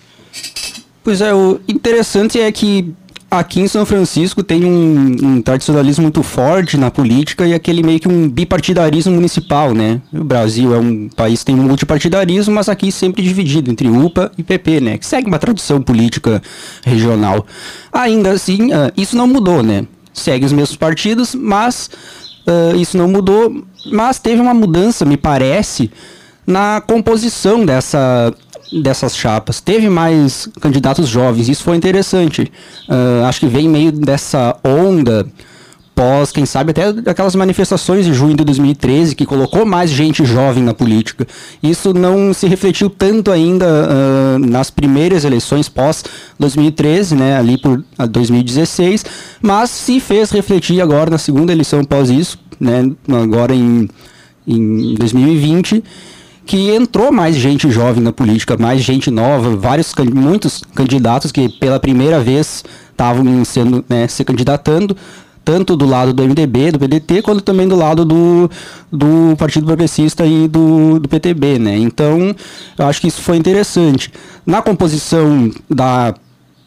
Pois é, o interessante é que aqui em São Francisco tem um, um tradicionalismo muito forte na política e aquele meio que um bipartidarismo municipal, né? O Brasil é um país que tem um multipartidarismo, mas aqui sempre dividido entre U P A e P P, né? Que segue uma tradição política regional. Ainda assim, uh, isso não mudou, né? Segue os mesmos partidos, mas uh, isso não mudou, mas teve uma mudança, me parece, na composição dessa dessas chapas. Teve mais candidatos jovens, isso foi interessante. Uh, acho que vem meio dessa onda pós, quem sabe, até aquelas manifestações de junho de dois mil e treze, que colocou mais gente jovem na política. Isso não se refletiu tanto ainda uh, nas primeiras eleições pós dois mil e treze, né, ali por dois mil e dezesseis, mas se fez refletir agora na segunda eleição pós isso, né, agora em, em dois mil e vinte, que entrou mais gente jovem na política, mais gente nova, vários, muitos candidatos que pela primeira vez estavam sendo, né, se candidatando, tanto do lado do M D B, do P D T, quanto também do lado do, do Partido Progressista e do, do P T B, né? Então, eu acho que isso foi interessante. Na composição da,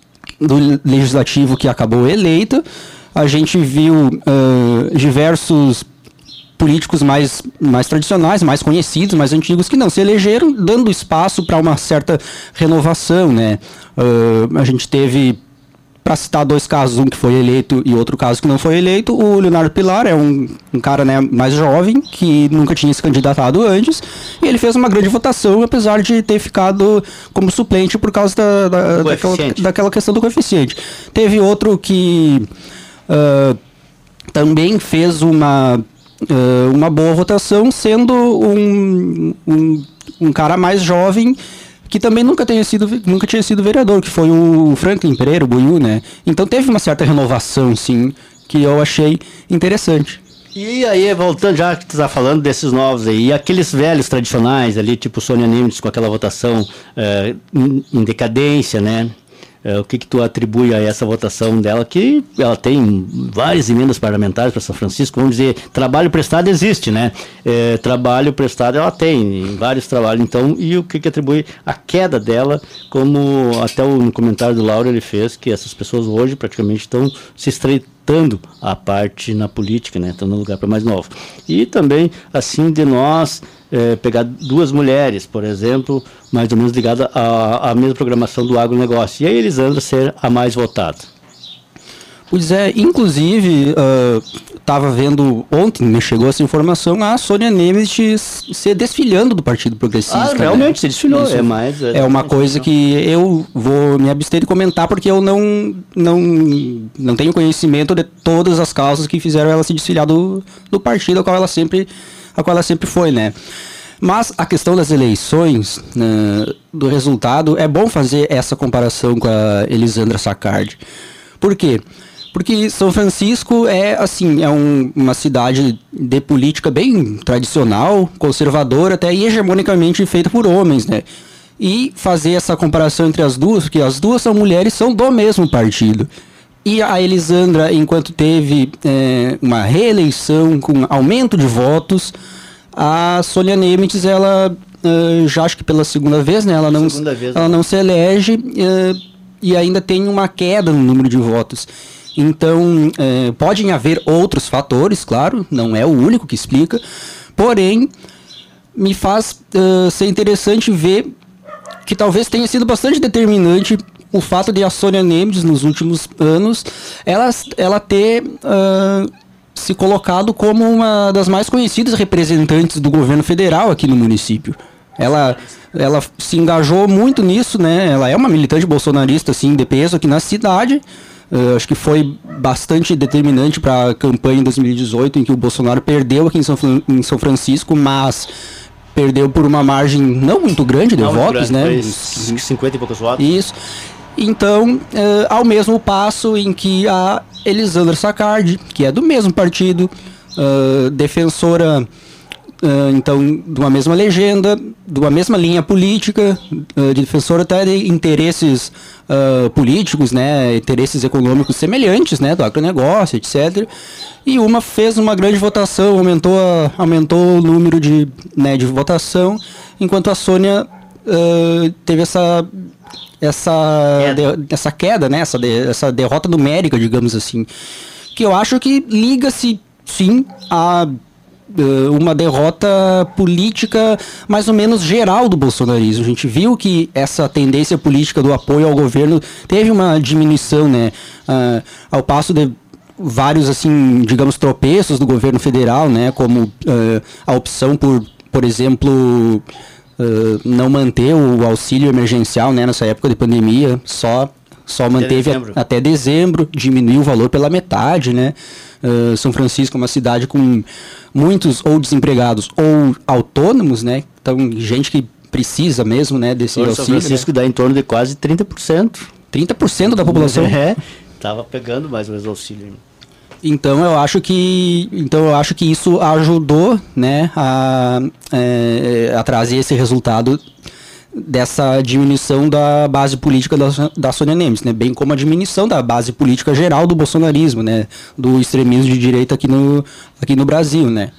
do legislativo que acabou eleita, a gente viu uh, diversos políticos mais, mais tradicionais, mais conhecidos, mais antigos, que não se elegeram, dando espaço para uma certa renovação, né? Uh, a gente teve, para citar dois casos, um que foi eleito e outro caso que não foi eleito, o Leonardo Pilar é um, um cara, né, mais jovem, que nunca tinha se candidatado antes, e ele fez uma grande votação, apesar de ter ficado como suplente por causa da, da, daquela, daquela questão do coeficiente. Teve outro que uh, também fez uma, uh, uma boa votação, sendo um, um, um cara mais jovem, que também nunca, tenha sido, nunca tinha sido vereador, que foi o Franklin Pereira, o Buiú, né? Então teve uma certa renovação, sim, que eu achei interessante. E aí, voltando, já que tu está falando desses novos aí, e aqueles velhos tradicionais ali, tipo Sônia Nimitz, com aquela votação é, em, em decadência, né? É, o que que tu atribui a essa votação dela, que ela tem várias emendas parlamentares para São Francisco, vamos dizer, trabalho prestado existe, né? É, trabalho prestado ela tem, vários trabalhos, então, e o que que atribui a queda dela, como até o, no comentário do Lauro ele fez, que essas pessoas hoje praticamente estão se estreitando a parte na política, né? Estão no lugar para mais novo. E também, assim, de nós é, pegar duas mulheres, por exemplo, mais ou menos ligada à, à mesma programação do agronegócio, e a Elisandra ser a mais votada. Pois é, inclusive, estava uh, vendo ontem, me chegou essa informação, a Sônia Nimitz se desfilhando do Partido Progressista. Ah, realmente, né? Se desfilou. Isso é mais, é, é uma coisa que eu vou me abster de comentar, porque eu não, não, não tenho conhecimento de todas as causas que fizeram ela se desfiliar do, do partido, a qual ela sempre, a qual ela sempre foi, né? Mas a questão das eleições, né, do resultado, é bom fazer essa comparação com a Elisandra Saccardi. Por quê? Porque São Francisco é, assim, é um, uma cidade de política bem tradicional, conservadora, até hegemonicamente feita por homens, né? E fazer essa comparação entre as duas, porque as duas são mulheres, são do mesmo partido. E a Elisandra, enquanto teve é, uma reeleição com aumento de votos, a Sônia Nimitz, ela uh, já acho que pela segunda vez, né? Ela não, vez, ela não se elege uh, e ainda tem uma queda no número de votos. Então, uh, podem haver outros fatores, claro, não é o único que explica, porém, me faz uh, ser interessante ver que talvez tenha sido bastante determinante o fato de a Sônia Nimitz, nos últimos anos, ela, ela ter Uh, se colocado como uma das mais conhecidas representantes do governo federal aqui no município. Ela, ela se engajou muito nisso, né? Ela é uma militante bolsonarista, assim, de peso aqui na cidade. Uh, acho que foi bastante determinante para a campanha em dois mil e dezoito, em que o Bolsonaro perdeu aqui em São, em São Francisco, mas perdeu por uma margem não muito grande de não votos, grande, né? cinquenta e poucos votos. Isso. Então, uh, ao mesmo passo em que a Elisandra Saccardi, que é do mesmo partido, uh, defensora, uh, então, de uma mesma legenda, de uma mesma linha política, uh, defensora até de interesses uh, políticos, né, interesses econômicos semelhantes, né, do agronegócio, etcétera. E uma fez uma grande votação, aumentou, a, aumentou o número de, né, de votação, enquanto a Sônia uh, teve essa... essa queda, de, essa queda, né, essa, de, essa derrota numérica, digamos assim, que eu acho que liga-se, sim, a uh, uma derrota política mais ou menos geral do bolsonarismo. A gente viu que essa tendência política do apoio ao governo teve uma diminuição, né, uh, ao passo de vários, assim, digamos, tropeços do governo federal, né, como uh, a opção por, por exemplo... uh, não manter o auxílio emergencial, né, nessa época de pandemia, só, só manteve dezembro. A, até dezembro, diminuiu o valor pela metade, né? Uh, São Francisco é uma cidade com muitos ou desempregados ou autônomos, né? Então, gente que precisa mesmo, né, desse Hoje, auxílio. São Francisco, né, dá em torno de quase trinta por cento. trinta por cento da população. É, tava pegando mais ou menos auxílio. Então eu acho que então eu acho que isso ajudou, né, a, é, a trazer esse resultado dessa diminuição da base política da, da Sônia Nemes, né, bem como a diminuição da base política geral do bolsonarismo, né, do extremismo de direita aqui no aqui no Brasil, né.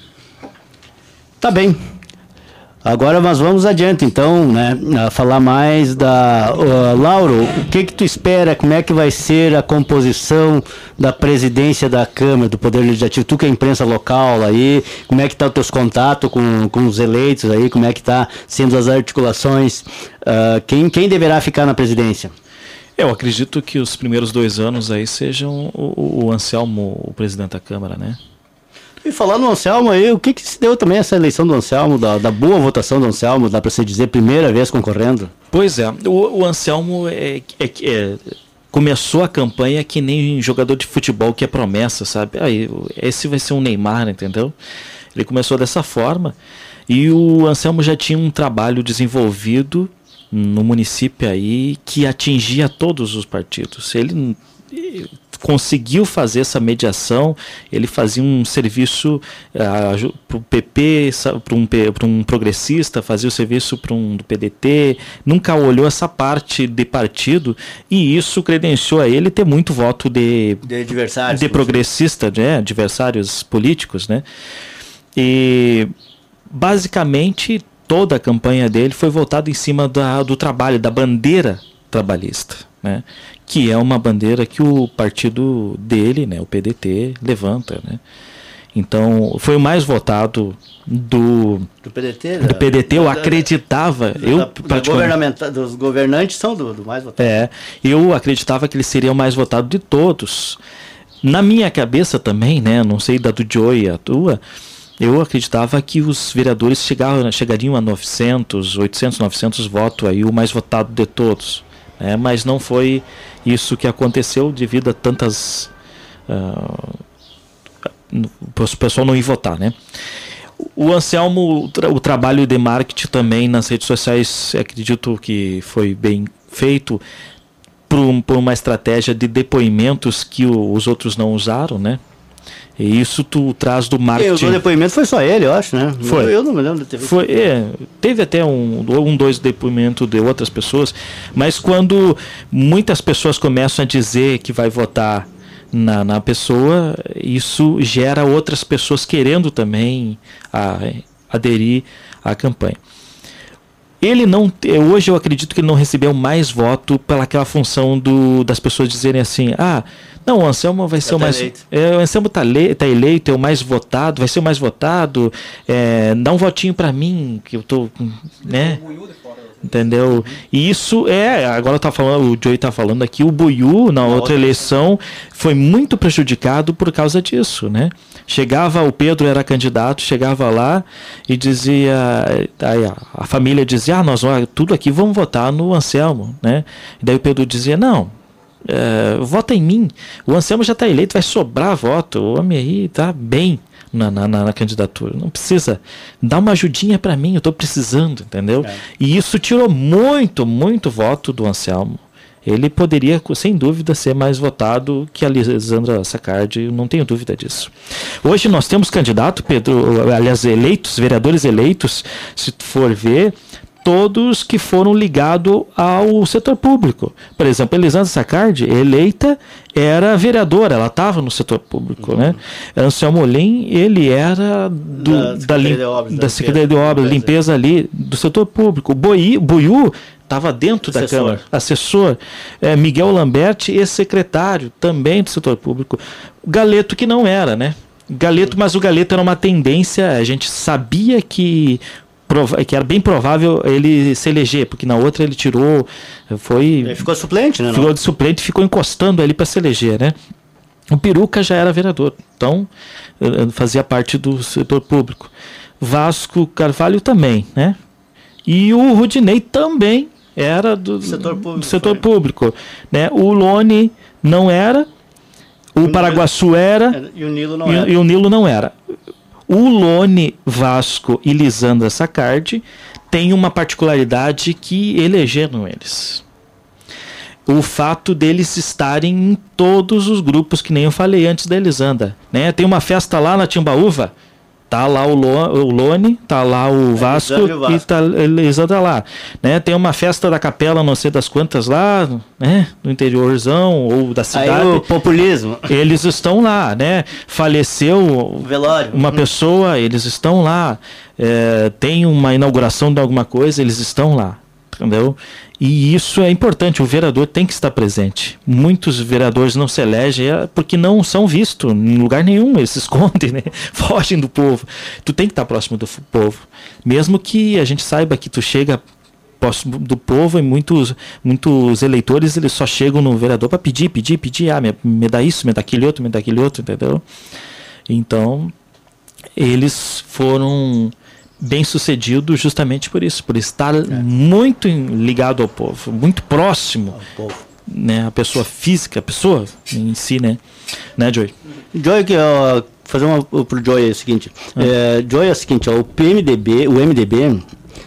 Tá bem. Agora nós vamos adiante, então, né, a falar mais da... Uh, Lauro, o que que tu espera, como é que vai ser a composição da presidência da Câmara, do Poder Legislativo? Tu que é a imprensa local aí, como é que tá os teus contatos com, com os eleitos aí, como é que tá sendo as articulações? Uh, quem, quem deverá ficar na presidência? Eu acredito que os primeiros dois anos aí sejam o, o Anselmo, o presidente da Câmara, né? E falar no Anselmo aí, o que que se deu também essa eleição do Anselmo, da, da boa votação do Anselmo, dá para se dizer, primeira vez concorrendo? Pois é, o, o Anselmo é, é, é, começou a campanha que nem jogador de futebol que é promessa, sabe? Aí, esse vai ser um Neymar, entendeu? Ele começou dessa forma e o Anselmo já tinha um trabalho desenvolvido no município aí que atingia todos os partidos. Ele conseguiu fazer essa mediação, ele fazia um serviço uh, para o P P, para um, um progressista, fazia o serviço para um do P D T, nunca olhou essa parte de partido e isso credenciou a ele ter muito voto de, de adversários, de progressista, né, adversários políticos, né? E basicamente toda a campanha dele foi voltada em cima da, do trabalho, da bandeira trabalhista, né? Que é uma bandeira que o partido dele, né, o P D T, levanta, né? Então, foi o mais votado do, do P D T. Do da, P D T, eu da, acreditava. Da, eu, da, praticamente, dos governantes são do, do mais votado. É, eu acreditava que ele seria o mais votado de todos. Na minha cabeça também, né, não sei da do Joey e a tua, eu acreditava que os vereadores chegavam, chegariam a novecentos, oitocentos, novecentos votos, aí, o mais votado de todos. É, mas não foi isso que aconteceu devido a tantas... Uh, o pessoal não ir votar, né? O Anselmo, o, tra o trabalho de marketing também nas redes sociais, acredito que foi bem feito por, um, por uma estratégia de depoimentos que o, os outros não usaram, né? E isso tu traz do marketing. E o depoimento foi só ele, eu acho, né? Foi. Eu, eu não me lembro de ter visto. Foi, é, teve até um, um, dois depoimentos de outras pessoas, mas quando muitas pessoas começam a dizer que vai votar na, na pessoa, isso gera outras pessoas querendo também a, aderir à campanha. Ele não, hoje eu acredito que ele não recebeu mais voto pelaquela função do, das pessoas dizerem assim, ah, não, o Anselmo vai ser Já o mais... É, o Anselmo está tá eleito, é o mais votado, vai ser o mais votado, é, dá um votinho para mim, que eu tô, né? Entendeu? E isso é, agora tá falando, o Joey tá falando aqui, o Buiú, na, na outra, outra eleição, foi muito prejudicado por causa disso, né? Chegava, o Pedro era candidato, chegava lá e dizia, aí a, a família dizia, ah, nós tudo aqui vamos votar no Anselmo, né? E daí o Pedro dizia, não, é, vota em mim, o Anselmo já está eleito, vai sobrar voto, o homem aí tá bem na, na, na candidatura, não precisa, dá uma ajudinha para mim, eu estou precisando, entendeu? É. E isso tirou muito, muito voto do Anselmo. Ele poderia, sem dúvida, ser mais votado que a Lisandra Saccardi, não tenho dúvida disso. Hoje nós temos candidato, Pedro, aliás, eleitos, vereadores eleitos, se for ver, todos que foram ligados ao setor público. Por exemplo, a Lisandra Saccardi, eleita, era vereadora, ela estava no setor público, uhum. né? Anselmo Olim, ele era do, da, da, de obras, da Secretaria de Obras, limpeza ali do setor público. Buiú, Buiú estava dentro assessor. da Câmara, assessor. É, Miguel Lamberti, ex-secretário, também do setor público. O Galeto que não era, né? Galeto, mas o Galeto era uma tendência, a gente sabia que que era bem provável ele se eleger, porque na outra ele tirou, foi... Ele ficou suplente, né? Ficou de suplente e ficou encostando ali para se eleger, né? O Peruca já era vereador, então fazia parte do setor público. Vasco Carvalho também, né? E o Rudinei também era do setor público. Do setor público, né? O Lone não era, o, o Paraguaçu era, e o Nilo não e, era. E o Nilo não era. O Lone, Vasco e Lisandra Saccardi têm uma particularidade que elegeram eles. O fato deles estarem em todos os grupos, que nem eu falei antes da Elisandra, né? Tem uma festa lá na Timbaúva, tá lá o, Lo, o Lone, tá lá o Vasco, é, o Vasco. E tá a Elisandra lá, né? Tem uma festa da Capela, não sei das quantas lá, né? No interiorzão ou da cidade. Aí o populismo. Eles estão lá, né? Faleceu o velório. Uma pessoa, eles estão lá. É, tem uma inauguração de alguma coisa, eles estão lá. Entendeu? E isso é importante, o vereador tem que estar presente. Muitos vereadores não se elegem porque não são vistos em lugar nenhum, eles se escondem, né? Fogem do povo. Tu tem que estar próximo do povo. Mesmo que a gente saiba que tu chega próximo do povo, e muitos, muitos eleitores eles só chegam no vereador para pedir, pedir, pedir, ah, me, me dá isso, me dá aquele outro, me dá aquele outro, entendeu? Então, eles foram bem sucedido justamente por isso, por estar é. muito ligado ao povo, muito próximo ao povo, né, a pessoa física, a pessoa em si, né, né, Joey? Joey, que ó, fazer uma pro Joey é o seguinte, ah. é, Joey é o seguinte, ó, o P M D B, o M D B uh,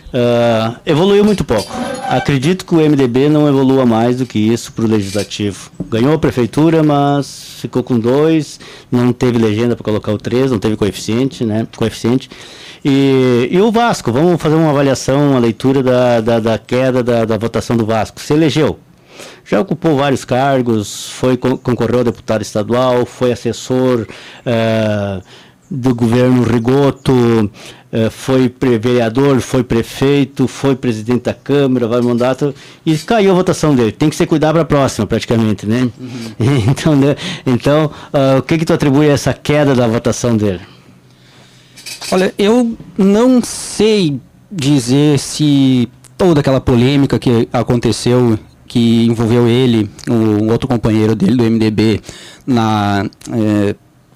evoluiu muito pouco. Acredito que o M D B não evolua mais do que isso para o legislativo. Ganhou a prefeitura, mas ficou com dois, não teve legenda para colocar o três, não teve coeficiente, né, coeficiente. E, e o Vasco, vamos fazer uma avaliação, uma leitura da, da, da queda da, da votação do Vasco. Se elegeu, já ocupou vários cargos, foi, concorreu a deputado estadual, foi assessor uh, do governo Rigoto, uh, foi vereador, foi prefeito, foi presidente da Câmara, vai mandato, e caiu a votação dele. Tem que se cuidar para a próxima, praticamente, né? Uhum. Então, né? então uh, o que que tu atribui a essa queda da votação dele? Olha, eu não sei dizer se toda aquela polêmica que aconteceu, que envolveu ele, um outro companheiro dele do M D B, na, é,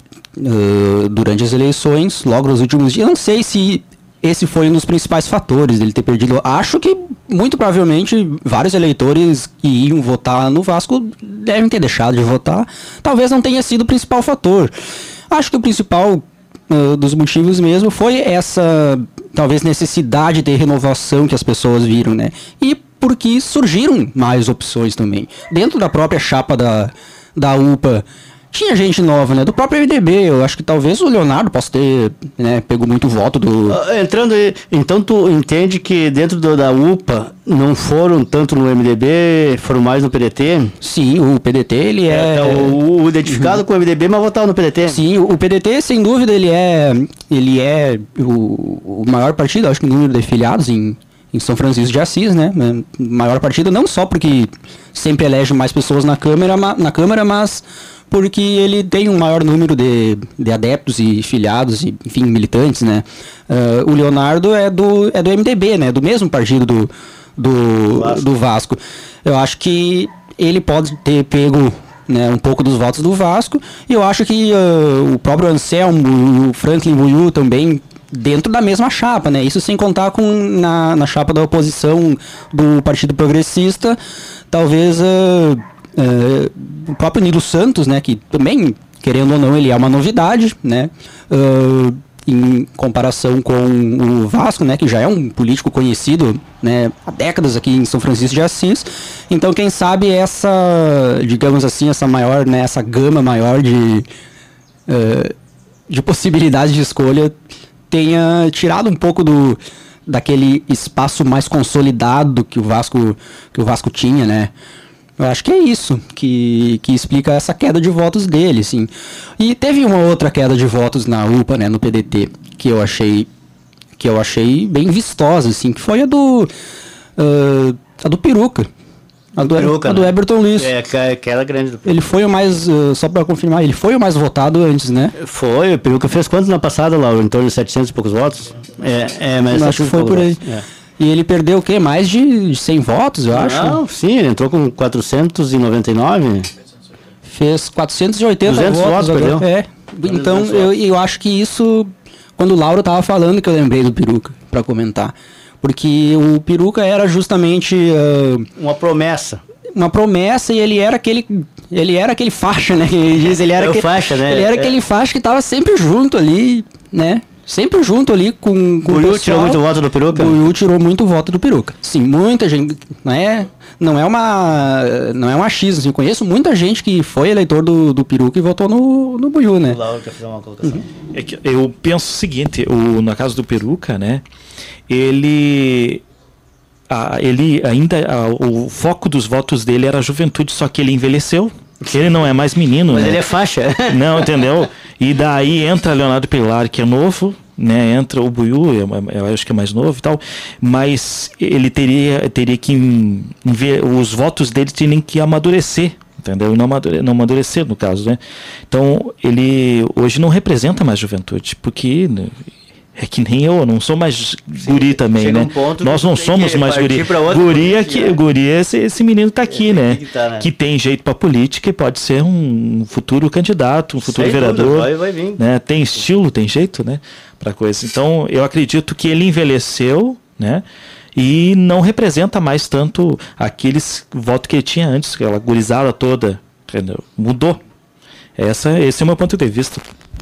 uh, durante as eleições, logo nos últimos dias, eu não sei se esse foi um dos principais fatores dele ter perdido. Acho que, muito provavelmente, vários eleitores que iam votar no Vasco devem ter deixado de votar. Talvez não tenha sido o principal fator. Acho que o principal Uh, dos motivos mesmo foi essa, talvez, necessidade de renovação que as pessoas viram, né? E porque surgiram mais opções também. Dentro da própria chapa da, da U P A, tinha gente nova, né? Do próprio M D B, eu acho que talvez o Leonardo possa ter, né, pego muito voto do... Uh, entrando aí, então tu entende que dentro do, da U P A não foram tanto no M D B, foram mais no P D T? Sim, o P D T, ele é... é o, o identificado uhum. com o M D B, mas votava no P D T? Sim, o P D T, sem dúvida, ele é, ele é o, o maior partido, acho que o número de filiados em... em São Francisco de Assis, né? Maior partido, não só porque sempre elege mais pessoas na Câmara, na Câmara, mas porque ele tem um maior número de, de adeptos e filiados, e, enfim, militantes, né? Uh, o Leonardo é do, é do M D B, né? Do mesmo partido do, do, Vasco. do Vasco. Eu acho que ele pode ter pego, né, um pouco dos votos do Vasco, e eu acho que uh, o próprio Anselmo, o Franklin Buiú também, dentro da mesma chapa, né? Isso sem contar com na, na chapa da oposição do Partido Progressista, talvez uh, uh, o próprio Nilo Santos, né? Que também, querendo ou não, ele é uma novidade, né? Uh, em comparação com o Vasco, né? Que já é um político conhecido, né, há décadas aqui em São Francisco de Assis. Então, quem sabe essa, digamos assim, essa maior, né? Essa gama maior de, uh, de possibilidades de escolha tenha tirado um pouco do, daquele espaço mais consolidado que o Vasco, que o Vasco tinha, né? Eu acho que é isso que, que explica essa queda de votos dele, sim. E teve uma outra queda de votos na U P A, né, no P D T, que eu achei, que eu achei bem vistosa, assim, que foi a do, uh, a do Peruca. A do, Peruca, a do né? Eberton Luiz. É, aquela grande do Peruca. Ele foi o mais, uh, só para confirmar, ele foi o mais votado antes, né? Foi, o Peruca fez quantos na passada, lá? Em torno de setecentos e poucos votos? É, é mas acho que foi por aí. É. E ele perdeu o quê? Mais de cem votos, eu Não, acho? Não, sim, ele entrou com quatrocentos e noventa e nove. Fez quatrocentos e oitenta duzentos votos, perdeu. É. Então, eu, eu acho que isso, quando o Lauro tava falando, que eu lembrei do Peruca, para comentar. Porque o Peruca era justamente... Uh, uma promessa. Uma promessa e ele era aquele... Ele era aquele faixa, né? Ele diz, ele era, é aquele, faixa, né? Ele era é. aquele faixa que estava sempre junto ali, né? Sempre junto ali com, com o Buiú tirou muito voto do Peruca? Buiú tirou muito voto do Peruca. Sim, muita gente... Não é, não é uma... Não é um achismo. Assim, eu conheço muita gente que foi eleitor do, do Peruca e votou no, no Buiú, né? O Lauro quer fazer uma colocação. Uhum. É que eu penso o seguinte, o, no caso do Peruca, né? Ele... A, ele ainda... A, o foco dos votos dele era a juventude, só que ele envelheceu. Ele não é mais menino, mas né? ele é faixa. Não, entendeu? E daí entra Leonardo Pilar, que é novo, né? Entra o Buiú, eu, eu acho que é mais novo e tal, mas ele teria, teria que ver, os votos dele teriam que amadurecer, entendeu? E não, amadure, não amadurecer, no caso, né? Então, ele hoje não representa mais juventude, porque... É que nem eu, eu não sou mais guri também, né? Um Nós não somos mais guri. Guri é que, guri é esse, esse menino tá aqui, né? Que, tá, né? Que tem jeito pra política e pode ser um futuro candidato, um futuro Sei vereador. Vai, vai vir. Né? Tem estilo, tem jeito, né? Pra coisa. Então, eu acredito que ele envelheceu, né? E não representa mais tanto aqueles votos que ele tinha antes, aquela gurizada toda, entendeu? Mudou. Essa, esse é o meu ponto de vista.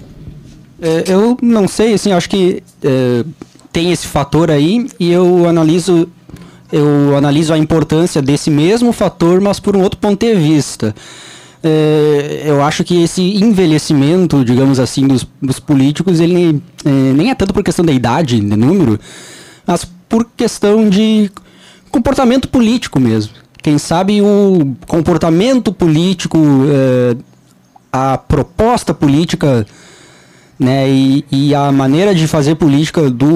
Eu não sei, assim, acho que é, tem esse fator aí e eu analiso, eu analiso a importância desse mesmo fator, mas por um outro ponto de vista. É, eu acho que esse envelhecimento, digamos assim, dos, dos políticos, ele é, nem é tanto por questão da idade, de número, mas por questão de comportamento político mesmo. Quem sabe o comportamento político, é, a proposta política... Né, e, e a maneira de fazer política do,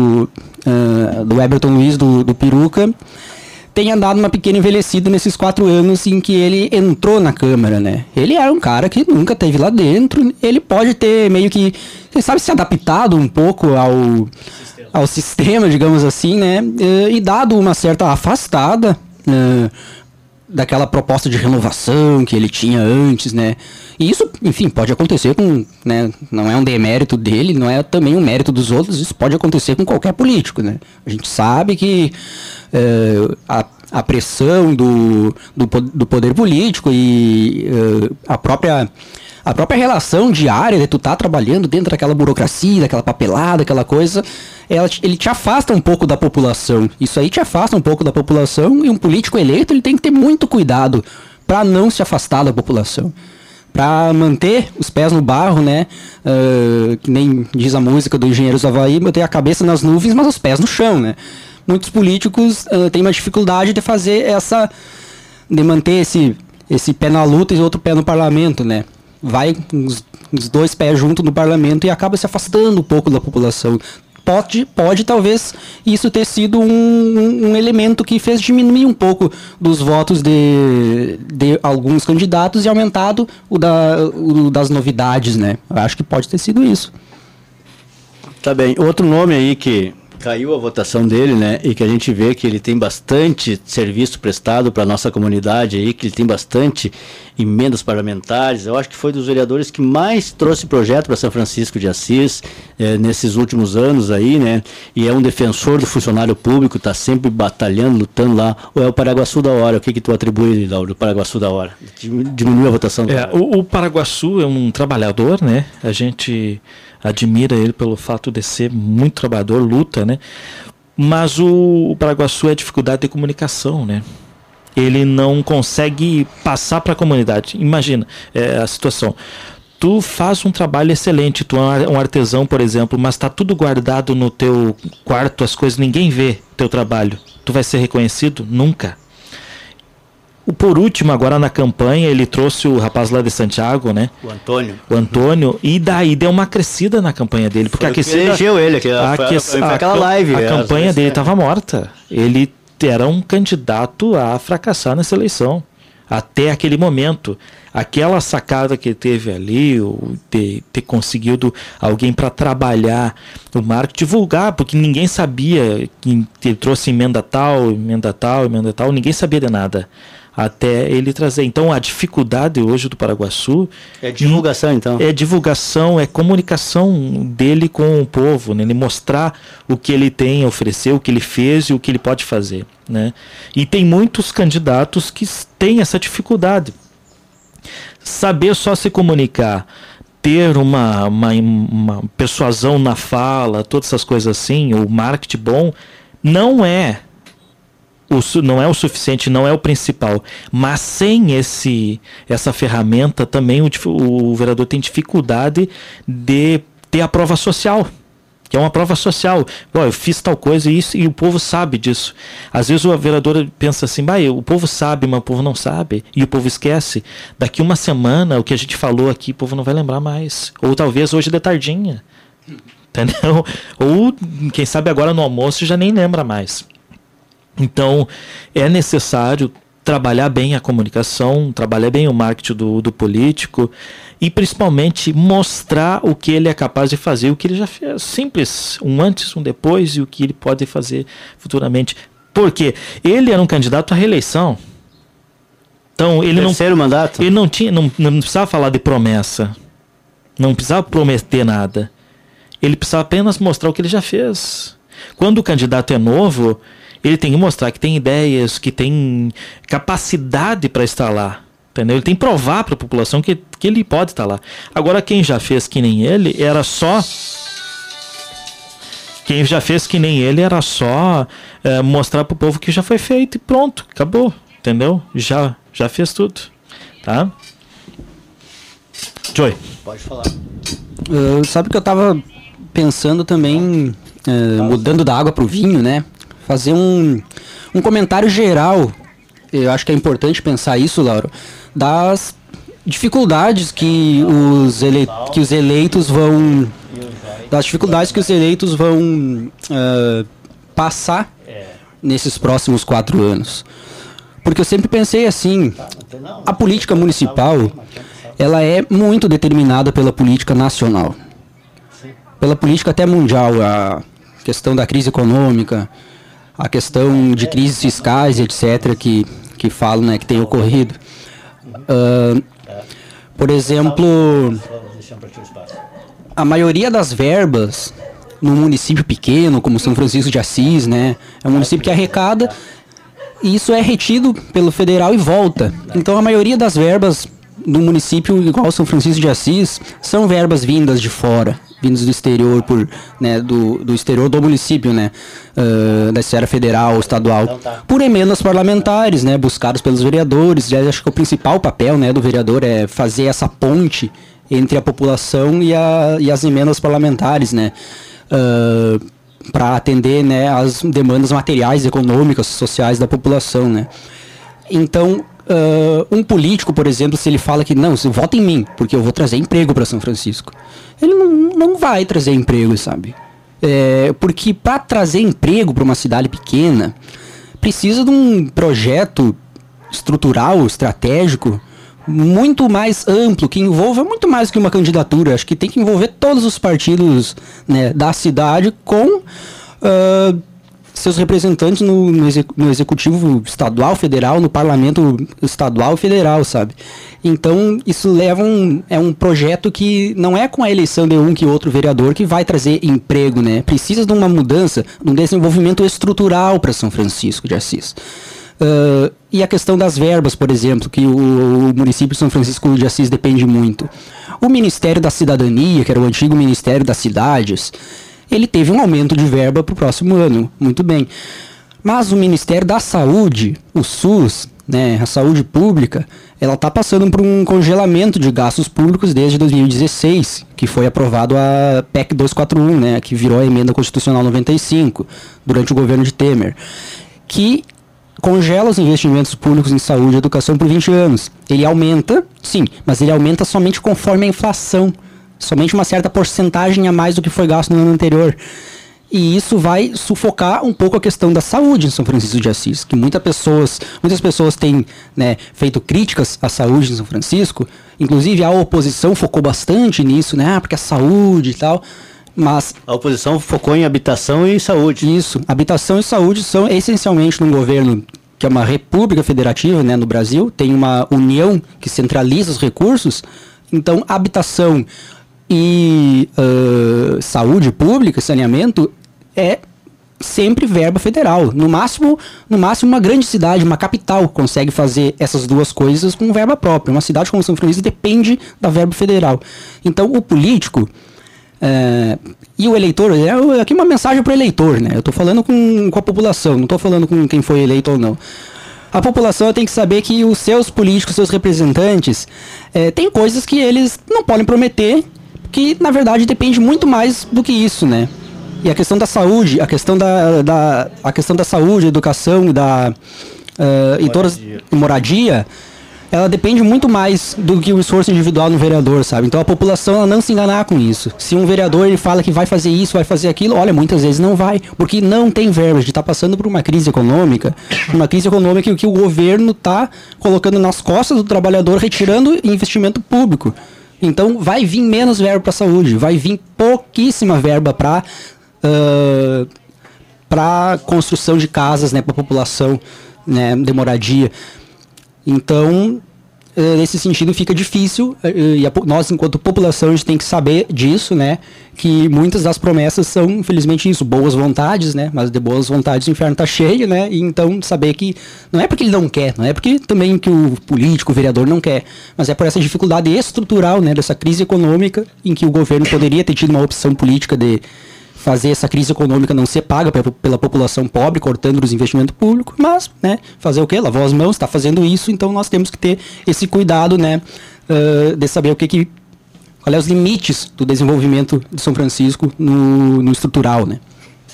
uh, do Everton Luiz, do, do Peruca, tem andado uma pequena envelhecida nesses quatro anos em que ele entrou na Câmara, né? Ele era um cara que nunca esteve lá dentro, ele pode ter meio que, quem sabe, se adaptado um pouco ao sistema, ao sistema digamos assim, né? Uh, e dado uma certa afastada... Uh, daquela proposta de renovação que ele tinha antes, né? E isso, enfim, pode acontecer com, né? Não é um demérito dele, não é também um mérito dos outros, isso pode acontecer com qualquer político, né? A gente sabe que é, a, a pressão do, do, do poder político e é, a própria... A própria relação diária de tu tá trabalhando dentro daquela burocracia, daquela papelada, aquela coisa, ela, ele te afasta um pouco da população. Isso aí te afasta um pouco da população e um político eleito ele tem que ter muito cuidado para não se afastar da população. Para manter os pés no barro, né? Uh, que nem diz a música do Engenheiros do Havaí, manter a cabeça nas nuvens, mas os pés no chão, né? Muitos políticos uh, têm uma dificuldade de fazer essa... de manter esse, esse pé na luta e outro pé no parlamento, né? Vai os, os dois pés junto no parlamento e acaba se afastando um pouco da população. Pode, pode talvez isso ter sido um, um, um elemento que fez diminuir um pouco dos votos de, de alguns candidatos e aumentado o, da, o das novidades, né? Eu acho que pode ter sido isso. Tá bem. Outro nome aí que caiu a votação dele, né? E que a gente vê que ele tem bastante serviço prestado para a nossa comunidade aí, que ele tem bastante emendas parlamentares. Eu acho que foi dos vereadores que mais trouxe projeto para São Francisco de Assis eh, nesses últimos anos aí, né? E é um defensor do funcionário público, está sempre batalhando, lutando lá. Ou é o Paraguaçu da Hora? O que que tu atribui, Lauro, do Paraguaçu da Hora? Diminuiu a votação? É, o, o Paraguaçu é um trabalhador, né? A gente admira ele pelo fato de ser muito trabalhador, luta, né? Mas o, o Paraguaçu é a dificuldade de comunicação, né? Ele não consegue passar para a comunidade. Imagina é, a situação. Tu faz um trabalho excelente, tu é um artesão, por exemplo, mas está tudo guardado no teu quarto, as coisas, ninguém vê teu trabalho. Tu vai ser reconhecido? Nunca. O por último, agora na campanha, ele trouxe o rapaz lá de Santiago, né? O Antônio. O Antônio, e daí deu uma crescida na campanha dele. Porque foi aquecida, elegeu ele, que a, foi, foi aquela live. A, a campanha dele estava morta. Ele era um candidato a fracassar nessa eleição. Até aquele momento. Aquela sacada que ele teve ali, o ter, ter conseguido alguém para trabalhar o marketing, divulgar, porque ninguém sabia que ele trouxe emenda tal, emenda tal, emenda tal, ninguém sabia de nada. até ele trazer. Então, a dificuldade hoje do Paraguaçu... É divulgação, então. É divulgação, é comunicação dele com o povo, né? Ele mostrar o que ele tem a oferecer, o que ele fez e o que ele pode fazer, né? E tem muitos candidatos que têm essa dificuldade. Saber só se comunicar, ter uma, uma, uma persuasão na fala, todas essas coisas assim, o marketing bom, não é... O, não é o suficiente, não é o principal, mas sem esse, essa ferramenta também o, o vereador tem dificuldade de ter a prova social, que é uma prova social. Pô, eu fiz tal coisa e, isso, e o povo sabe disso. Às vezes o vereador pensa assim, bah, o povo sabe, mas o povo não sabe, e o povo esquece. Daqui uma semana o que a gente falou aqui, o povo não vai lembrar mais, ou talvez hoje de tardinha, entendeu? Ou quem sabe agora no almoço já nem lembra mais. Então, é necessário trabalhar bem a comunicação, trabalhar bem o marketing do, do político e, principalmente, mostrar o que ele é capaz de fazer, o que ele já fez. Simples, um antes, um depois e o que ele pode fazer futuramente. Porque ele era um candidato à reeleição. Então, ele Terceiro não, mandato? Ele não, tinha, não, não precisava falar de promessa. Não precisava prometer nada. Ele precisava apenas mostrar o que ele já fez. Quando o candidato é novo... Ele tem que mostrar que tem ideias, que tem capacidade para estar lá. Entendeu? Ele tem que provar para a população que, que ele pode estar lá. Agora, quem já fez que nem ele, era só... Quem já fez que nem ele, era só é, mostrar para o povo que já foi feito e pronto, acabou. Entendeu? Já, já fez tudo. Tá? Joy. Pode falar. Uh, sabe que eu estava pensando também, uh, mudando da água para o vinho, né? Fazer um, um comentário geral, eu acho que é importante pensar isso, Lauro, das dificuldades que os, ele, que os eleitos vão, das dificuldades que os eleitos vão uh, passar nesses próximos quatro anos. Porque eu sempre pensei assim, a política municipal, ela é muito determinada pela política nacional, pela política até mundial, a questão da crise econômica, a questão de crises fiscais, etcétera, que, que falam, né, que tem ocorrido. Uh, por exemplo, a maioria das verbas num município pequeno, como São Francisco de Assis, né, é um município que arrecada, e isso é retido pelo federal e volta. Então a maioria das verbas no município igual São Francisco de Assis são verbas vindas de fora, vindas do exterior, por, né, do, do exterior do município, né, uh, da esfera federal, estadual, por emendas parlamentares, né, buscadas pelos vereadores. Já acho que o principal papel, né, do vereador é fazer essa ponte entre a população e, a, e as emendas parlamentares, né, uh, para atender, né, as demandas materiais, econômicas, sociais da população, né. Então, Uh, um político, por exemplo, se ele fala que não, você vota em mim, porque eu vou trazer emprego para São Francisco, ele não, não vai trazer emprego, sabe? É, porque para trazer emprego para uma cidade pequena, precisa de um projeto estrutural, estratégico, muito mais amplo, que envolva muito mais que uma candidatura. Acho que tem que envolver todos os partidos, né, da cidade com... Uh, seus representantes no, no, exec, no executivo estadual, federal, no parlamento estadual e federal, sabe? Então, isso leva um, é um projeto que não é com a eleição de um que outro vereador que vai trazer emprego, né? Precisa de uma mudança, de um desenvolvimento estrutural para São Francisco de Assis. Uh, e a questão das verbas, por exemplo, que o, o município de São Francisco de Assis depende muito. O Ministério da Cidadania, que era o antigo Ministério das Cidades, ele teve um aumento de verba para o próximo ano, muito bem. Mas o Ministério da Saúde, o SUS, né, a saúde pública, ela está passando por um congelamento de gastos públicos desde dois mil e dezesseis, que foi aprovado a P E C duzentos e quarenta e um, né, que virou a Emenda Constitucional noventa e cinco, durante o governo de Temer, que congela os investimentos públicos em saúde e educação por vinte anos. Ele aumenta, sim, mas ele aumenta somente conforme a inflação. Somente uma certa porcentagem a mais do que foi gasto no ano anterior. E isso vai sufocar um pouco a questão da saúde em São Francisco de Assis, que muitas pessoas, muitas pessoas têm, né, feito críticas à saúde em São Francisco. Inclusive a oposição focou bastante nisso, né, ah, porque a saúde e tal. Mas a oposição focou em habitação e saúde. Isso, habitação e saúde são essencialmente num governo que é uma república federativa, né, no Brasil, tem uma união que centraliza os recursos, então habitação e uh, saúde pública, saneamento, é sempre verba federal. No máximo, no máximo uma grande cidade, uma capital, consegue fazer essas duas coisas com verba própria. Uma cidade como São Francisco depende da verba federal. Então, o político é, e o eleitor, é aqui uma mensagem para o eleitor, né? Eu estou falando com, com a população, não estou falando com quem foi eleito ou não. A população tem que saber que os seus políticos, seus representantes, é, tem coisas que eles não podem prometer, que na verdade depende muito mais do que isso, né? E a questão da saúde, a questão da, da, a questão da saúde, educação, da uh, e todas, moradia, ela depende muito mais do que o esforço individual no vereador, sabe? Então a população ela não se enganar com isso. Se um vereador ele fala que vai fazer isso, vai fazer aquilo, olha, muitas vezes não vai, porque não tem verba. A gente está passando por uma crise econômica, uma crise econômica que o governo está colocando nas costas do trabalhador, retirando investimento público. Então vai vir menos verba para a saúde, vai vir pouquíssima verba para Uh, para construção de casas, né, para a população, né, de moradia. Então, uh, nesse sentido, fica difícil, uh, e a, nós, enquanto população, a gente tem que saber disso, né, que muitas das promessas são, infelizmente, isso, boas vontades, né, mas de boas vontades o inferno está cheio, né, e então saber que não é porque ele não quer, não é porque também que o político, o vereador não quer, mas é por essa dificuldade estrutural, né, dessa crise econômica, em que o governo poderia ter tido uma opção política de fazer essa crise econômica não ser paga pela, pela população pobre, cortando os investimentos públicos, mas, né, fazer o quê? Lavar as mãos, está fazendo isso, então nós temos que ter esse cuidado, né, uh, de saber o que que, qual é os limites do desenvolvimento de São Francisco no, no estrutural, né.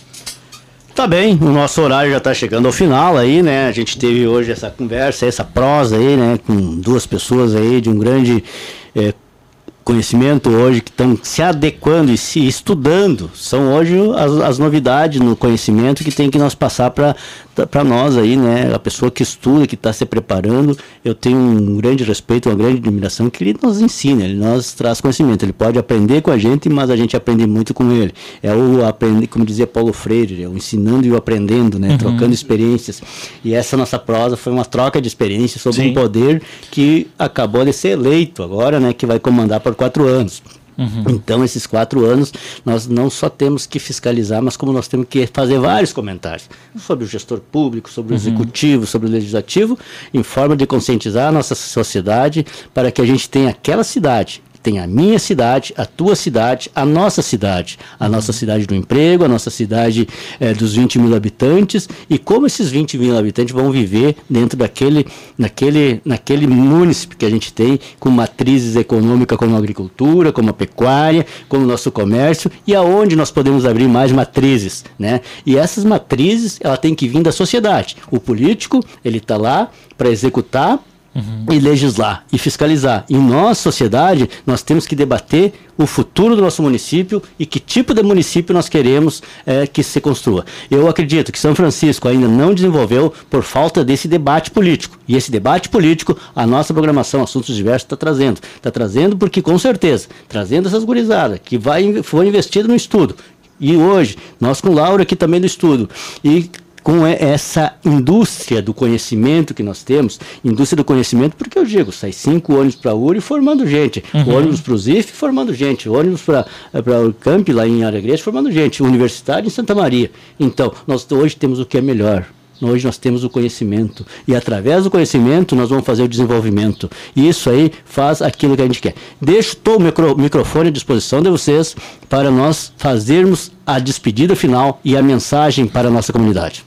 Tá bem, o nosso horário já está chegando ao final aí, né, a gente teve hoje essa conversa, essa prosa aí, né, com duas pessoas aí de um grande é, conhecimento hoje, que estão se adequando e se estudando, são hoje as, as novidades no conhecimento que tem que nós passar para para nós aí, né, a pessoa que estuda, que está se preparando. Eu tenho um grande respeito, uma grande admiração, que ele nos ensina, ele nos traz conhecimento, ele pode aprender com a gente, mas a gente aprende muito com ele, é o aprender, como dizia Paulo Freire, é o ensinando e o aprendendo, né, uhum. trocando experiências, e essa nossa prosa foi uma troca de experiências sobre Sim. um poder que acabou de ser eleito agora, né, que vai comandar por quatro anos. Uhum. Então, esses quatro anos, nós não só temos que fiscalizar, mas como nós temos que fazer vários comentários sobre o gestor público, sobre o uhum. executivo, sobre o legislativo, em forma de conscientizar a nossa sociedade para que a gente tenha aquela cidade, tem a minha cidade, a tua cidade, a nossa cidade, a uhum. nossa cidade do emprego, a nossa cidade é, dos vinte mil habitantes, e como esses vinte mil habitantes vão viver dentro daquele, naquele, naquele município que a gente tem, com matrizes econômicas como a agricultura, como a pecuária, como o nosso comércio, e aonde nós podemos abrir mais matrizes, né? E essas matrizes, ela tem que vir da sociedade. O político, ele está lá para executar, Uhum. e legislar e fiscalizar. E nós, sociedade, nós temos que debater o futuro do nosso município e que tipo de município nós queremos é, que se construa. Eu acredito que São Francisco ainda não desenvolveu por falta desse debate político. E esse debate político, a nossa programação Assuntos Diversos está trazendo. Está trazendo porque, com certeza, trazendo essas gurizadas que vai, foi investido no estudo. E hoje, nós com o Lauro aqui também no estudo. E com essa indústria do conhecimento que nós temos, indústria do conhecimento, porque eu digo, sai cinco ônibus para a U R I formando gente, uhum. ônibus para o Z I F formando gente, ônibus para o Camp lá em Alegrete formando gente, universidade em Santa Maria. Então, nós hoje temos o que é melhor. Hoje nós temos o conhecimento, e através do conhecimento nós vamos fazer o desenvolvimento, e isso aí faz aquilo que a gente quer. Deixo todo o micro, microfone à disposição de vocês para nós fazermos a despedida final e a mensagem para a nossa comunidade.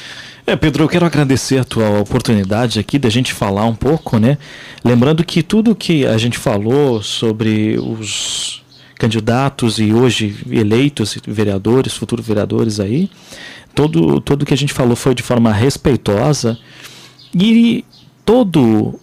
É, Pedro, eu quero agradecer a tua oportunidade aqui da gente falar um pouco, né? Lembrando que tudo que a gente falou sobre os candidatos e hoje eleitos vereadores, futuros vereadores aí, todo tudo que a gente falou foi de forma respeitosa, e todo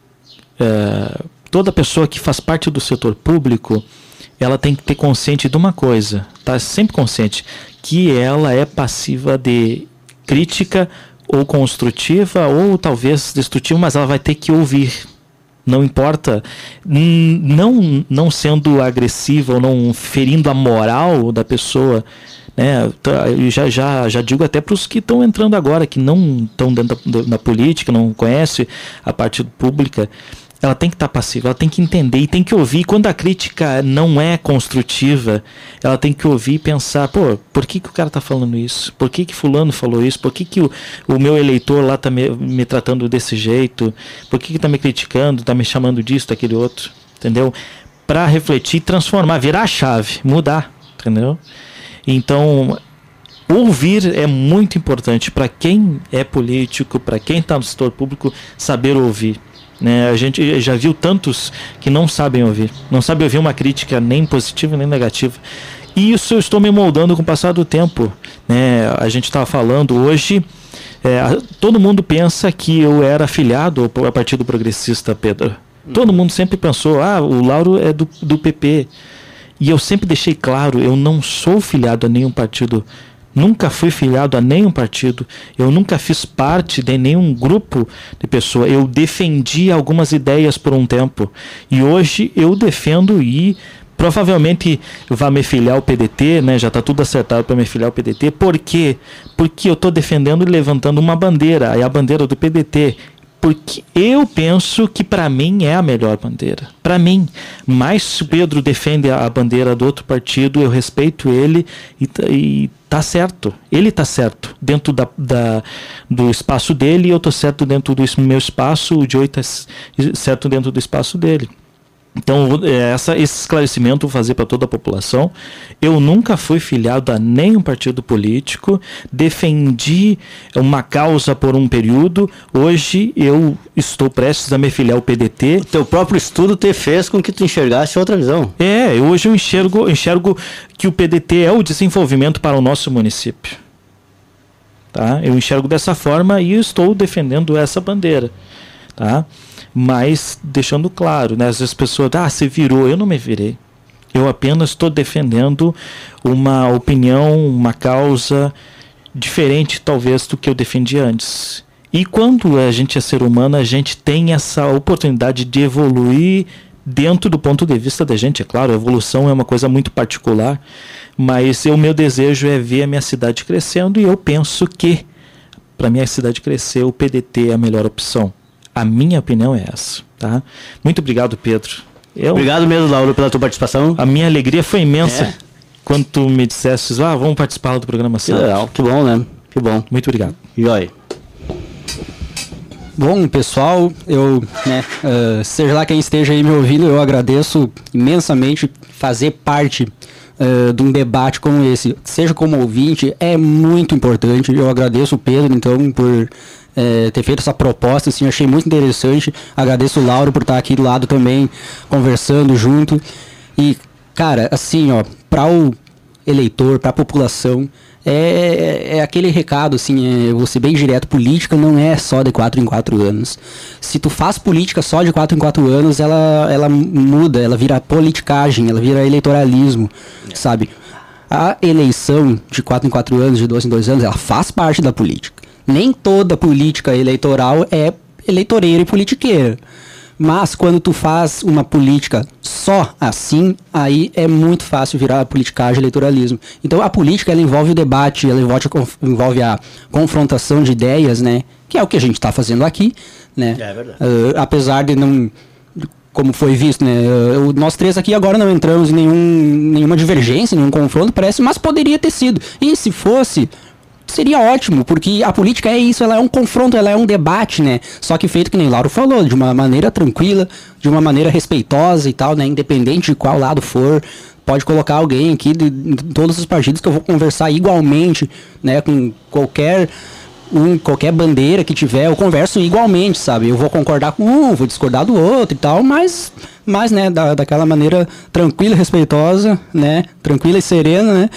é, toda pessoa que faz parte do setor público, ela tem que ter consciente de uma coisa, tá sempre consciente, que ela é passiva de crítica ou construtiva ou talvez destrutiva, mas ela vai ter que ouvir. Não importa, não, não sendo agressiva ou não ferindo a moral da pessoa né? Eu já, já, já digo até para os que estão entrando agora, que não estão dentro da, da política, não conhecem a parte pública, ela tem que estar passiva, ela tem que entender e tem que ouvir. Quando a crítica não é construtiva, ela tem que ouvir e pensar, pô, por que, que o cara está falando isso? Por que, que fulano falou isso? Por que, que o, o meu eleitor lá está me, me tratando desse jeito? Por que está me criticando, está me chamando disso, daquele outro? Entendeu? Para refletir, transformar, virar a chave, mudar, entendeu? Então, ouvir é muito importante para quem é político, para quem está no setor público, saber ouvir. Né? A gente já viu tantos que não sabem ouvir, não sabem ouvir uma crítica nem positiva nem negativa. E isso eu estou me moldando com o passar do tempo. Né? A gente estava falando hoje, é, todo mundo pensa que eu era afiliado ao Partido Progressista, Pedro. Hum. Todo mundo sempre pensou, ah, o Lauro é do, do P P. E eu sempre deixei claro, eu não sou filiado a nenhum partido. Nunca fui filiado a nenhum partido, eu nunca fiz parte de nenhum grupo de pessoas. Eu defendi algumas ideias por um tempo e hoje eu defendo e provavelmente vai me filiar ao P D T, né? Já está tudo acertado para me filiar ao P D T. Por quê? Porque eu estou defendendo e levantando uma bandeira, é a bandeira do P D T. Porque eu penso que para mim é a melhor bandeira. Para mim. Mas se o Pedro defende a bandeira do outro partido, eu respeito ele e, e tá certo. Ele tá certo dentro da, da, do espaço dele e eu tô certo dentro do meu espaço, o Joey tá certo dentro do espaço dele. Então, essa, esse esclarecimento eu vou fazer para toda a população. Eu nunca fui filiado a nenhum partido político, defendi uma causa por um período, hoje eu estou prestes a me filiar ao P D T. O teu próprio estudo te fez com que tu enxergasse outra visão. É, hoje eu enxergo, enxergo que o P D T é o desenvolvimento para o nosso município. Tá? Eu enxergo dessa forma e estou defendendo essa bandeira. Tá? Mas deixando claro, né, as pessoas, ah, você virou, eu não me virei. Eu apenas estou defendendo uma opinião, uma causa diferente talvez do que eu defendi antes. E quando a gente é ser humano, a gente tem essa oportunidade de evoluir dentro do ponto de vista da gente. É claro, a evolução é uma coisa muito particular, mas o meu desejo é ver a minha cidade crescendo e eu penso que para minha cidade crescer o P D T é a melhor opção. A minha opinião é essa, tá? Muito obrigado, Pedro. Eu, obrigado mesmo, Lauro, pela tua participação. A minha alegria foi imensa é. quando tu me disseste, ah, vamos participar do programa Que legal, que bom, né? Que bom. Muito obrigado. Joia. Bom, pessoal, eu, né, uh, seja lá quem esteja aí me ouvindo, eu agradeço imensamente fazer parte uh, de um debate como esse, seja como ouvinte, é muito importante. Eu agradeço o Pedro, então, por É, ter feito essa proposta, assim, achei muito interessante. Agradeço o Lauro por estar aqui do lado também, conversando junto. E, cara, assim, ó, para o eleitor, para a população, é, é aquele recado, assim, é, vou ser bem direto, política não é só de quatro em quatro anos. Se tu faz política só de quatro em quatro anos, ela, ela muda, ela vira politicagem, ela vira eleitoralismo, é. sabe? A eleição de quatro em quatro anos, de dois em dois anos, ela faz parte da política. Nem toda política eleitoral é eleitoreira e politiqueira. Mas quando tu faz uma política só assim, aí é muito fácil virar politicagem e eleitoralismo. Então a política, ela envolve o debate, ela envolve a, envolve a confrontação de ideias, né? Que é o que a gente está fazendo aqui, né? É verdade. Uh, apesar de não... Como foi visto, né? Uh, nós três aqui agora não entramos em nenhum, nenhuma divergência, nenhum confronto, parece, mas poderia ter sido. E se fosse... seria ótimo, porque a política é isso, ela é um confronto, ela é um debate, né? Só que feito que nem o Lauro falou, de uma maneira tranquila, de uma maneira respeitosa e tal, né? Independente de qual lado for, pode colocar alguém aqui de, de todos os partidos que eu vou conversar igualmente, né? Com qualquer, um, qualquer bandeira que tiver, eu converso igualmente, sabe? Eu vou concordar com um, vou discordar do outro e tal, mas, mas né? Da, daquela maneira tranquila e respeitosa, né? Tranquila e serena, né?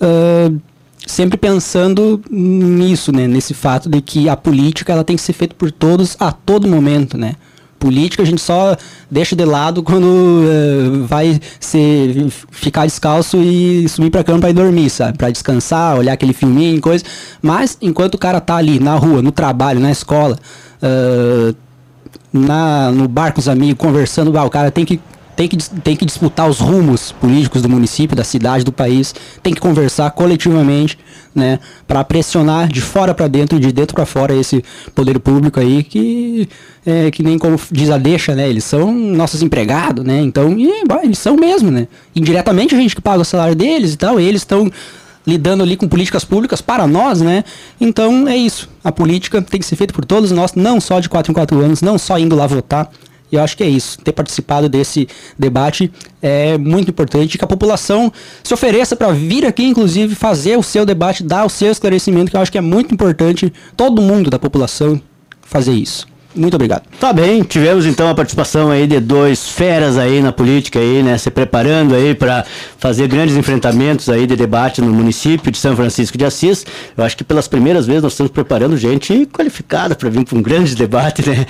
Uh, sempre pensando nisso, né? Nesse fato de que a política ela tem que ser feita por todos a todo momento, né? Política a gente só deixa de lado quando uh, vai ser, ficar descalço e subir pra cama pra ir dormir, sabe? Pra descansar, olhar aquele filminho, coisa. Mas enquanto o cara tá ali na rua, no trabalho, na escola, uh, na, no bar com os amigos, conversando, ah, o cara tem que tem que, tem que disputar os rumos políticos do município, da cidade, do país, tem que conversar coletivamente, né, para pressionar de fora para dentro, de dentro para fora esse poder público aí que, é, que nem como diz a deixa, né, eles são nossos empregados, né, então e, bom, eles são mesmo, né, indiretamente a gente que paga o salário deles e tal, e eles estão lidando ali com políticas públicas para nós, né? Então é isso. A política tem que ser feita por todos nós, não só de quatro em quatro anos, não só indo lá votar. E eu acho que é isso. Ter participado desse debate é muito importante, que a população se ofereça para vir aqui, inclusive, fazer o seu debate, dar o seu esclarecimento, que eu acho que é muito importante todo mundo da população fazer isso. Muito obrigado. Tá bem, tivemos então a participação aí de dois feras aí na política aí, né, se preparando aí para fazer grandes enfrentamentos aí de debate no município de São Francisco de Assis. Eu acho que pelas primeiras vezes nós estamos preparando gente qualificada para vir para um grande debate, né?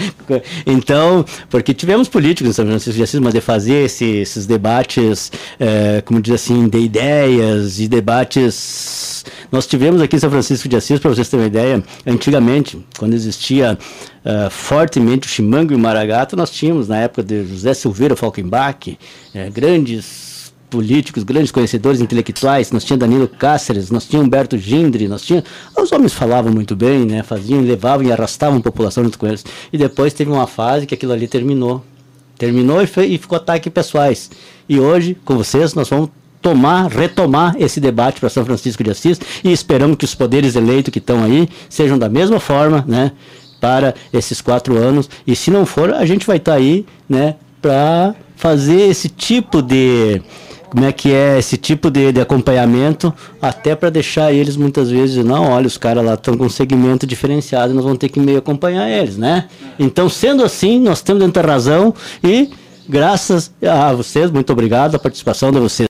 Então, porque tivemos políticos em São Francisco de Assis, mas de fazer esse, esses debates, é, como diz assim, de ideias e debates. Nós tivemos aqui em São Francisco de Assis, para vocês terem uma ideia, antigamente, quando existia uh, fortemente o Chimango e o Maragato, nós tínhamos, na época de José Silveira Falkenbach, eh, grandes políticos, grandes conhecedores intelectuais, nós tínhamos Danilo Cáceres, nós tínhamos Humberto Gindre, nós tínhamos... Os homens falavam muito bem, né, faziam, levavam e arrastavam a população junto com eles. E depois teve uma fase que aquilo ali terminou. Terminou e, fe... e ficou ataques pessoais. E hoje, com vocês, nós vamos tomar, retomar esse debate para São Francisco de Assis e esperamos que os poderes eleitos que estão aí sejam da mesma forma, né, para esses quatro anos, e se não for, a gente vai estar tá aí, né, para fazer esse tipo de, como é que é, esse tipo de, de acompanhamento, até para deixar eles muitas vezes, não, olha, os caras lá estão com um segmento diferenciado, nós vamos ter que meio acompanhar eles, né? Então, sendo assim, nós temos dentro da razão, e graças a vocês, muito obrigado, a participação de vocês.